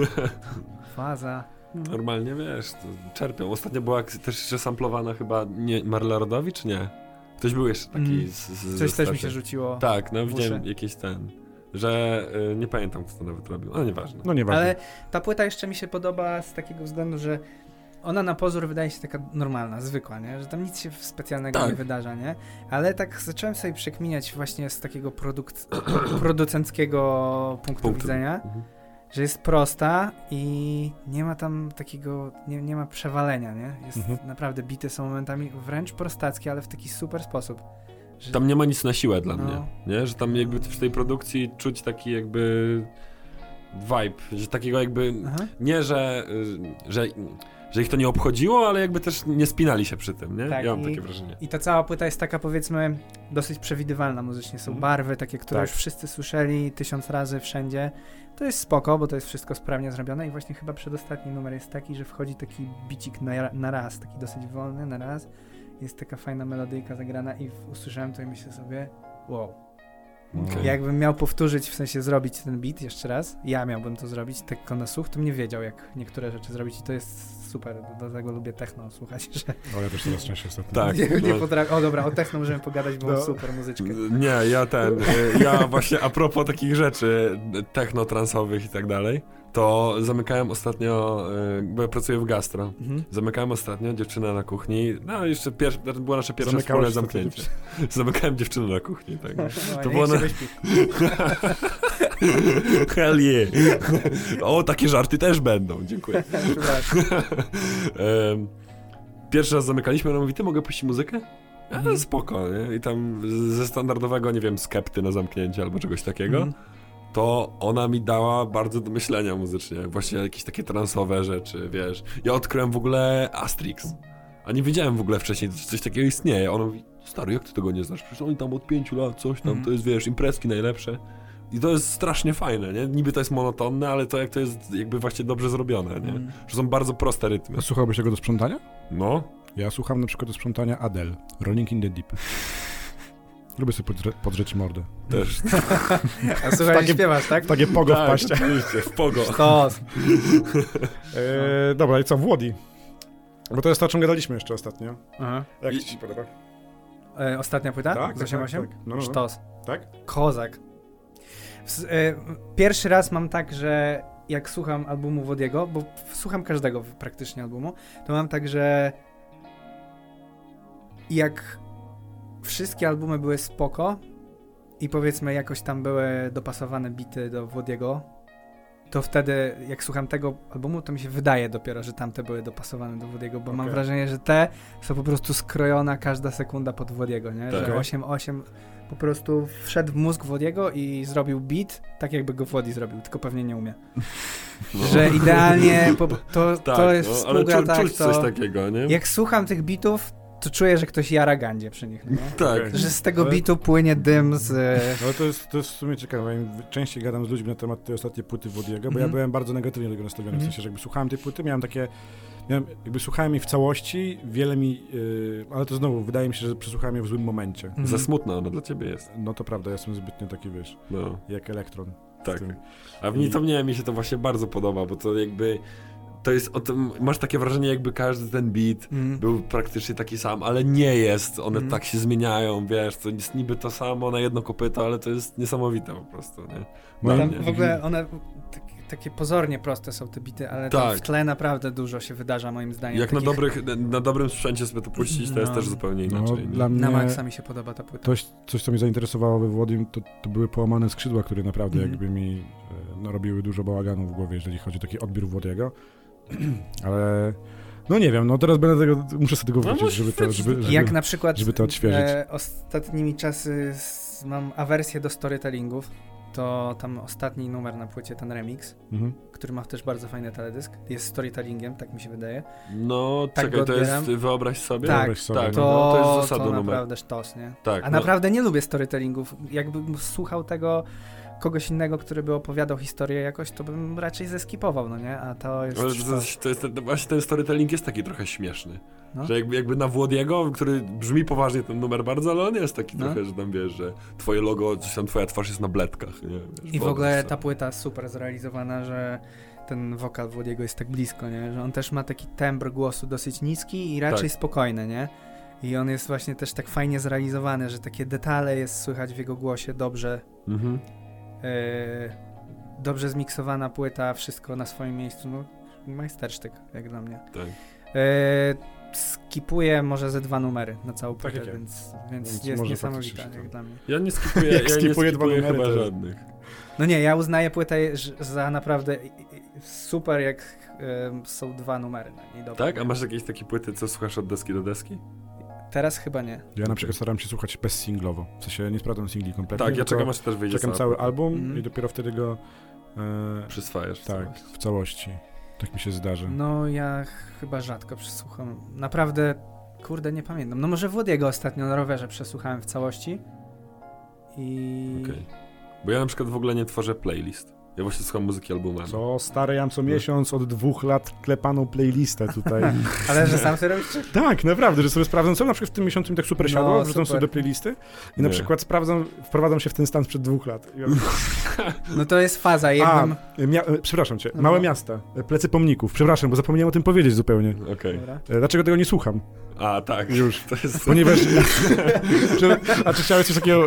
Faza. Normalnie, wiesz, to czerpią. Ostatnio była też jeszcze samplowana chyba, nie, Marla Rodowicz, czy nie? Ktoś był jeszcze taki Coś ze też mi się stacji. rzuciło. Tak, no widziałem uszy. jakiś że nie pamiętam, kto to nawet robił, ale nieważne. No nieważne. Ale ta płyta jeszcze mi się podoba z takiego względu, że ona na pozór wydaje się taka normalna, zwykła, nie? Że tam nic się specjalnego Tak. nie wydarza, nie? Ale tak zacząłem sobie przekminiać właśnie z takiego producenckiego punktu widzenia, że jest prosta i nie ma tam takiego, nie ma przewalenia, nie? Jest naprawdę, bity są momentami wręcz prostackie, ale w taki super sposób. Że... Tam nie ma nic na siłę dla No. mnie, nie? Że tam jakby w tej produkcji czuć taki jakby vibe, że takiego jakby, Aha. nie, że ich to nie obchodziło, ale jakby też nie spinali się przy tym, nie? Tak, Ja mam takie wrażenie. I ta cała płyta jest taka, powiedzmy, dosyć przewidywalna muzycznie. Są barwy takie, które Tak. już wszyscy słyszeli 1000 razy wszędzie. To jest spoko, bo to jest wszystko sprawnie zrobione i właśnie chyba przedostatni numer jest taki, że wchodzi taki bicik na raz, taki dosyć wolny na raz. Jest taka fajna melodyjka zagrana i usłyszałem to i myślę sobie, wow. Okay. Jakbym miał powtórzyć, w sensie zrobić ten beat jeszcze raz, ja miałbym to zrobić, tylko na słuch, to bym nie wiedział, jak niektóre rzeczy zrobić i to jest super, dlatego lubię techno słuchać, że O, ja też coraz częściej ostatnio. Tak. nie no. potrafię. O dobra, o techno możemy pogadać, bo super muzyczkę. Nie, ja właśnie a propos takich rzeczy techno-transowych i tak dalej, to zamykałem ostatnio, bo ja pracuję w gastro, zamykałem ostatnio dziewczynę na kuchni, no jeszcze to było nasze pierwsze wspólne zamknięcie. Zamykałem dziewczynę na kuchni, tak. To było na... Hell yeah. O, takie żarty też będą, dziękuję. Pierwszy raz zamykaliśmy, ona mówi, ty mogę puścić muzykę? Spoko, nie? I tam ze standardowego, nie wiem, Skepty na zamknięcie albo czegoś takiego, to ona mi dała bardzo do myślenia muzycznie. Właśnie jakieś takie transowe rzeczy, wiesz. Ja odkryłem w ogóle Astrix, a nie wiedziałem w ogóle wcześniej, że coś takiego istnieje. Ona mówi, stary, jak ty tego nie znasz? Przecież oni tam od 5 lat, coś tam, to jest, wiesz, imprezki najlepsze. I to jest strasznie fajne, nie? Niby to jest monotonne, ale to jak to jest jakby właśnie dobrze zrobione, nie? Że są bardzo proste rytmy. A słuchałbyś tego do sprzątania? No. Ja słucham na przykład do sprzątania Adele, Rolling in the Deep. Lubię sobie podrzeć mordę. Też. A słuchaj, Takie- śpiewasz, tak? Takie pogo w Tak, paście. oczywiście, w pogo. Sztos. Dobra, i co, Włodi? Bo to jest to, o czym gadaliśmy jeszcze ostatnio. Aha. Jak I- ci się podoba? Ostatnia płyta? Tak, Z tak, 8-8? tak. No. Sztos. Tak? Kozak. Pierwszy raz mam tak, że jak słucham albumu Wodiego, bo słucham każdego praktycznie albumu, to mam tak, że jak wszystkie albumy były spoko i powiedzmy jakoś tam były dopasowane bity do Wodiego, to wtedy, jak słucham tego albumu, to mi się wydaje dopiero, że tamte były dopasowane do Woody'ego, bo mam wrażenie, że te są po prostu skrojona każda sekunda pod Woody'ego, nie? Tak. Że 8-8 po prostu wszedł w mózg Woody'ego i zrobił beat, tak jakby go Woody zrobił, tylko pewnie nie umie. No. Że idealnie to Tak, jest no, ale współgra, czuć coś takiego, nie? jak słucham tych bitów, to czuję, że ktoś jara gandzie przy nich, nie? Tak. Okej. Że z tego Ale- bitu płynie dym z... No to jest w sumie ciekawe. Ja częściej gadam z ludźmi na temat tej ostatniej płyty Woody'ego, bo ja byłem bardzo negatywnie do tego nastawiony. W sensie, że jakby słuchałem tej płyty, jakby słuchałem jej w całości, wiele mi... ale to znowu, wydaje mi się, że przesłuchałem ją w złym momencie. Za smutna ona dla ciebie jest. No to prawda, ja jestem zbytnio taki, wiesz, No, jak elektron. tak. W tym. A mi się to właśnie bardzo podoba, bo to jakby... To jest o tym, masz takie wrażenie, jakby każdy ten beat był praktycznie taki sam, ale nie jest. One tak się zmieniają, wiesz, to jest niby to samo na jedno kopyto, ale to jest niesamowite po prostu, nie? Dla Tam mnie. w ogóle one takie pozornie proste są te bity, ale tam Tak. w tle naprawdę dużo się wydarza moim zdaniem. Jak takich- na dobrym sprzęcie sobie to puścić, to jest No. też zupełnie No, inaczej. nie? dla mnie Na maksa mi się podoba ta płyta. coś, co mnie zainteresowało we Włodym, to były połamane skrzydła, które naprawdę jakby mi narobiły dużo bałaganu w głowie, jeżeli chodzi o taki odbiór Włody'ego. Ale... No nie wiem, no teraz muszę sobie tego wrócić, Jak na przykład żeby to odświeżyć. Ostatnimi czasy mam awersję do storytellingów, to tam ostatni numer na płycie, ten remix, Mhm. który ma też bardzo fajny teledysk, jest storytellingiem, tak mi się wydaje. No, Tak czekaj, go to jest odbieram. Wyobraź sobie? Tak, Wyobraź sobie, tak, no. no, to jest To zasada numer. naprawdę sztos, nie? Tak, A no. naprawdę nie lubię storytellingów. Jakbym słuchał tego kogoś innego, który by opowiadał historię jakoś, to bym raczej zeskipował, no nie? A to jest... Ale sztos. to jest właśnie ten storytelling jest taki trochę śmieszny. No. Że jakby na Włody'ego, który brzmi poważnie ten numer bardzo, ale on jest taki No. trochę, że tam wiesz, że twoje logo, coś tam twoja twarz jest na bledkach, nie? Wiesz, I w ogóle wyobraź ta sobie. płyta super zrealizowana, że ten wokal Włody'ego jest tak blisko, nie? Że on też ma taki tembr głosu dosyć niski i raczej Tak. spokojny, nie? I on jest właśnie też tak fajnie zrealizowany, że takie detale jest słychać w jego głosie dobrze. Mhm. Dobrze zmiksowana płyta, wszystko na swoim miejscu. No, majstersztyk, jak dla mnie. Tak. Skipuję może ze 2 numery na całą Tak płytę, jak ja. więc Więc jest może niesamowita, faktycznie jak dla mnie. Ja nie skipuję, Jak skipuję dwa numery, chyba to- żadnych. No nie, ja uznaję płytę za naprawdę super, jak są 2 numery na niej. Dobre. Tak? A masz jakieś takie płyty, co słuchasz od deski do deski? Teraz chyba nie. Ja na przykład staram się słuchać bezsinglowo. W sensie nie sprawdzam singli kompletnie. Tak, ja tylko czekam aż też wyjdzie czekam cała cały płyta. album Mhm. i dopiero wtedy go Przyswajasz. tak, w całości. Tak mi się zdarzy. No ja chyba rzadko przesłucham. Naprawdę, kurde, nie pamiętam. No może Włody'ego ostatnio na rowerze przesłuchałem w całości. I... Okej. Bo ja na przykład w ogóle nie tworzę playlist. Ja właśnie słucham muzyki albumami. Co, stary, ja mam co miesiąc od 2 lat klepaną playlistę tutaj. Ale że sam sobie robisz? Czy... Tak, naprawdę, że sobie sprawdzam, co na przykład w tym miesiącu mi tak super siadło, No, wrzucam super. sobie do playlisty i na Nie. przykład wprowadzam się w ten stan sprzed 2 lat. I ja mówię, No to jest faza, jakbym... przepraszam cię, No. Małe miasta, Plecy pomników, przepraszam, bo zapomniałem o tym powiedzieć zupełnie. Okej. Dobra. Dlaczego tego nie słucham? A, tak. Już. To jest... Ponieważ... A czy chciałeś coś takiego...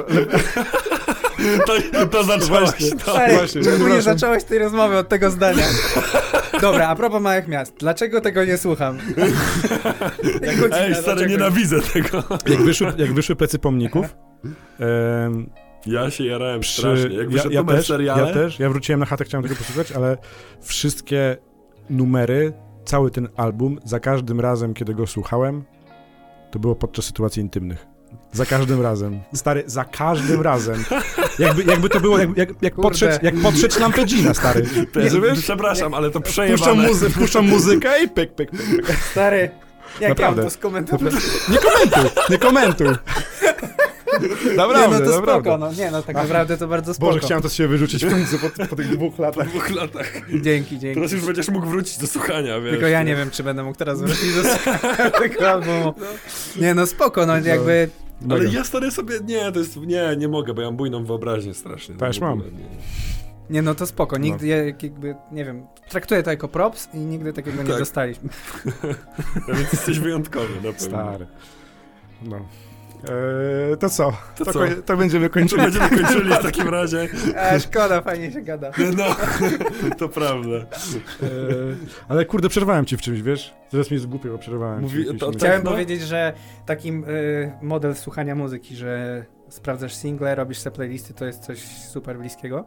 To zacząłeś. No. Stary, właśnie, czemu nie przepraszam. zacząłeś tej rozmowy od tego zdania? Dobra, a propos małych miast. Dlaczego tego nie słucham? Jak godzina, Ej, stary, dlaczego? nienawidzę tego. Jak wyszły Plecy pomników... Ja się jarałem strasznie. Jak wyszedł ja numer też, seriale, ja też. Ja wróciłem na chatę, chciałem tego posłuchać, ale wszystkie numery, cały ten album, za każdym razem, kiedy go słuchałem, to było podczas sytuacji intymnych. Za każdym razem. Stary, za każdym razem. Jakby to było, jak podszedł Lampegina, stary. przepraszam, ale to przejebane. Puszczam muzykę i pyk, pyk, pyk. Stary, jak Naprawdę. ja mam to skomentować? Nie komentuj. Naprawdę, Nie, no to naprawdę. spoko, no nie, no tak naprawdę to bardzo spoko. Boże, chciałem to z siebie wyrzucić w końcu po tych 2 latach. W 2 latach. Dzięki. Teraz już będziesz mógł wrócić do słuchania, wiesz. Tylko ja nie wiem, czy będę mógł teraz wrócić do tego albumu. Nie, no spoko, no jakby... Ale Mega. ja stary sobie, nie mogę, bo ja mam bujną wyobraźnię strasznie. No, Też w ogóle mam. nie. Nie, no to spoko, nigdy jakby, nie wiem, traktuję to jako props i nigdy takiego nie Tak. dostaliśmy. No więc jesteś wyjątkowy, na pewno. Stary. No. To co? To co? To będziemy kończyli. Będziemy kończyli w takim razie. A szkoda, fajnie się gada. No, to prawda. Ale kurde, przerwałem ci w czymś, wiesz? Teraz mi jest głupio, bo przerwałem Mówi- ci. to- Chciałem no. powiedzieć, że takim model słuchania muzyki, że sprawdzasz single, robisz te playlisty, to jest coś super bliskiego.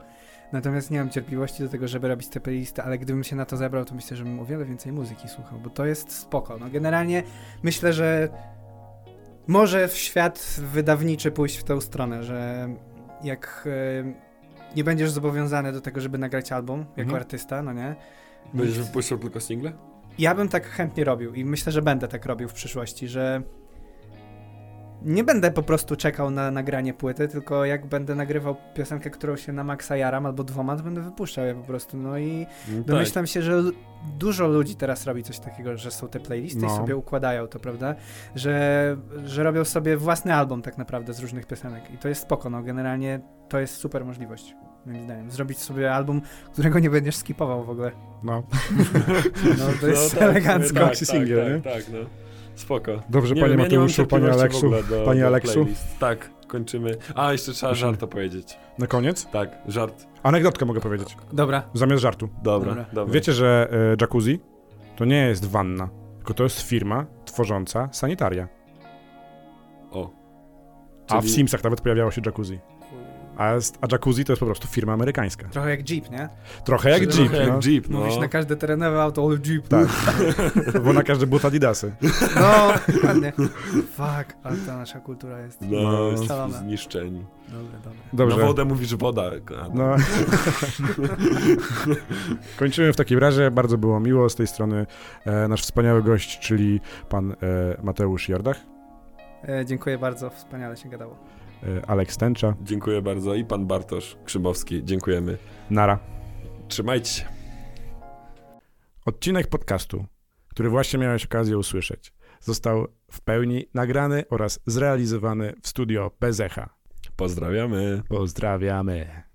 Natomiast nie mam cierpliwości do tego, żeby robić te playlisty, ale gdybym się na to zebrał, to myślę, że bym o wiele więcej muzyki słuchał, bo to jest spoko. No generalnie myślę, że może w świat wydawniczy pójść w tę stronę, że jak nie będziesz zobowiązany do tego, żeby nagrać album jako artysta, no nie? Będziesz wypuszczał tylko single? Ja bym tak chętnie robił i myślę, że będę tak robił w przyszłości, że nie będę po prostu czekał na nagranie płyty, tylko jak będę nagrywał piosenkę, którą się na maksa jaram, albo 2, to będę wypuszczał je po prostu, no i domyślam się, że dużo ludzi teraz robi coś takiego, że są te playlisty i sobie układają to, prawda, że robią sobie własny album tak naprawdę z różnych piosenek i to jest spoko, no generalnie to jest super możliwość, moim zdaniem, zrobić sobie album, którego nie będziesz skipował w ogóle. No. No to jest elegancko. Tak, singiel, nie? Tak, no. Spoko. Dobrze, panie Mateuszu, panie Aleksu, panie Aleksu. Tak, kończymy. A, jeszcze trzeba żart opowiedzieć. Na koniec? Tak, żart. Anegdotkę mogę powiedzieć. Dobra. Zamiast żartu. Dobra. Wiecie, że jacuzzi to nie jest wanna, tylko to jest firma tworząca sanitaria. O. A w Simsach nawet pojawiało się jacuzzi. A jacuzzi to jest po prostu firma amerykańska. Trochę jak Jeep, nie? Trochę jak Jeep, no. Jak Jeep, no. Mówisz na każde terenowe auto, ale Jeep. Tak. Bo na każdy but Adidasy. No, ładnie. Fuck, ale ta nasza kultura jest No, szalona. zniszczeni. Dobra. Dobrze. Na wodę mówisz woda. No. Kończymy w takim razie. Bardzo było miło. Z tej strony nasz wspaniały gość, czyli pan Mateusz Jordach. Dziękuję bardzo, wspaniale się gadało. Aleks Tęcza. Dziękuję bardzo. I pan Bartosz Krzybowski. Dziękujemy. Nara. Trzymajcie się. Odcinek podcastu, który właśnie miałeś okazję usłyszeć, został w pełni nagrany oraz zrealizowany w studio bez echa. Pozdrawiamy. Pozdrawiamy.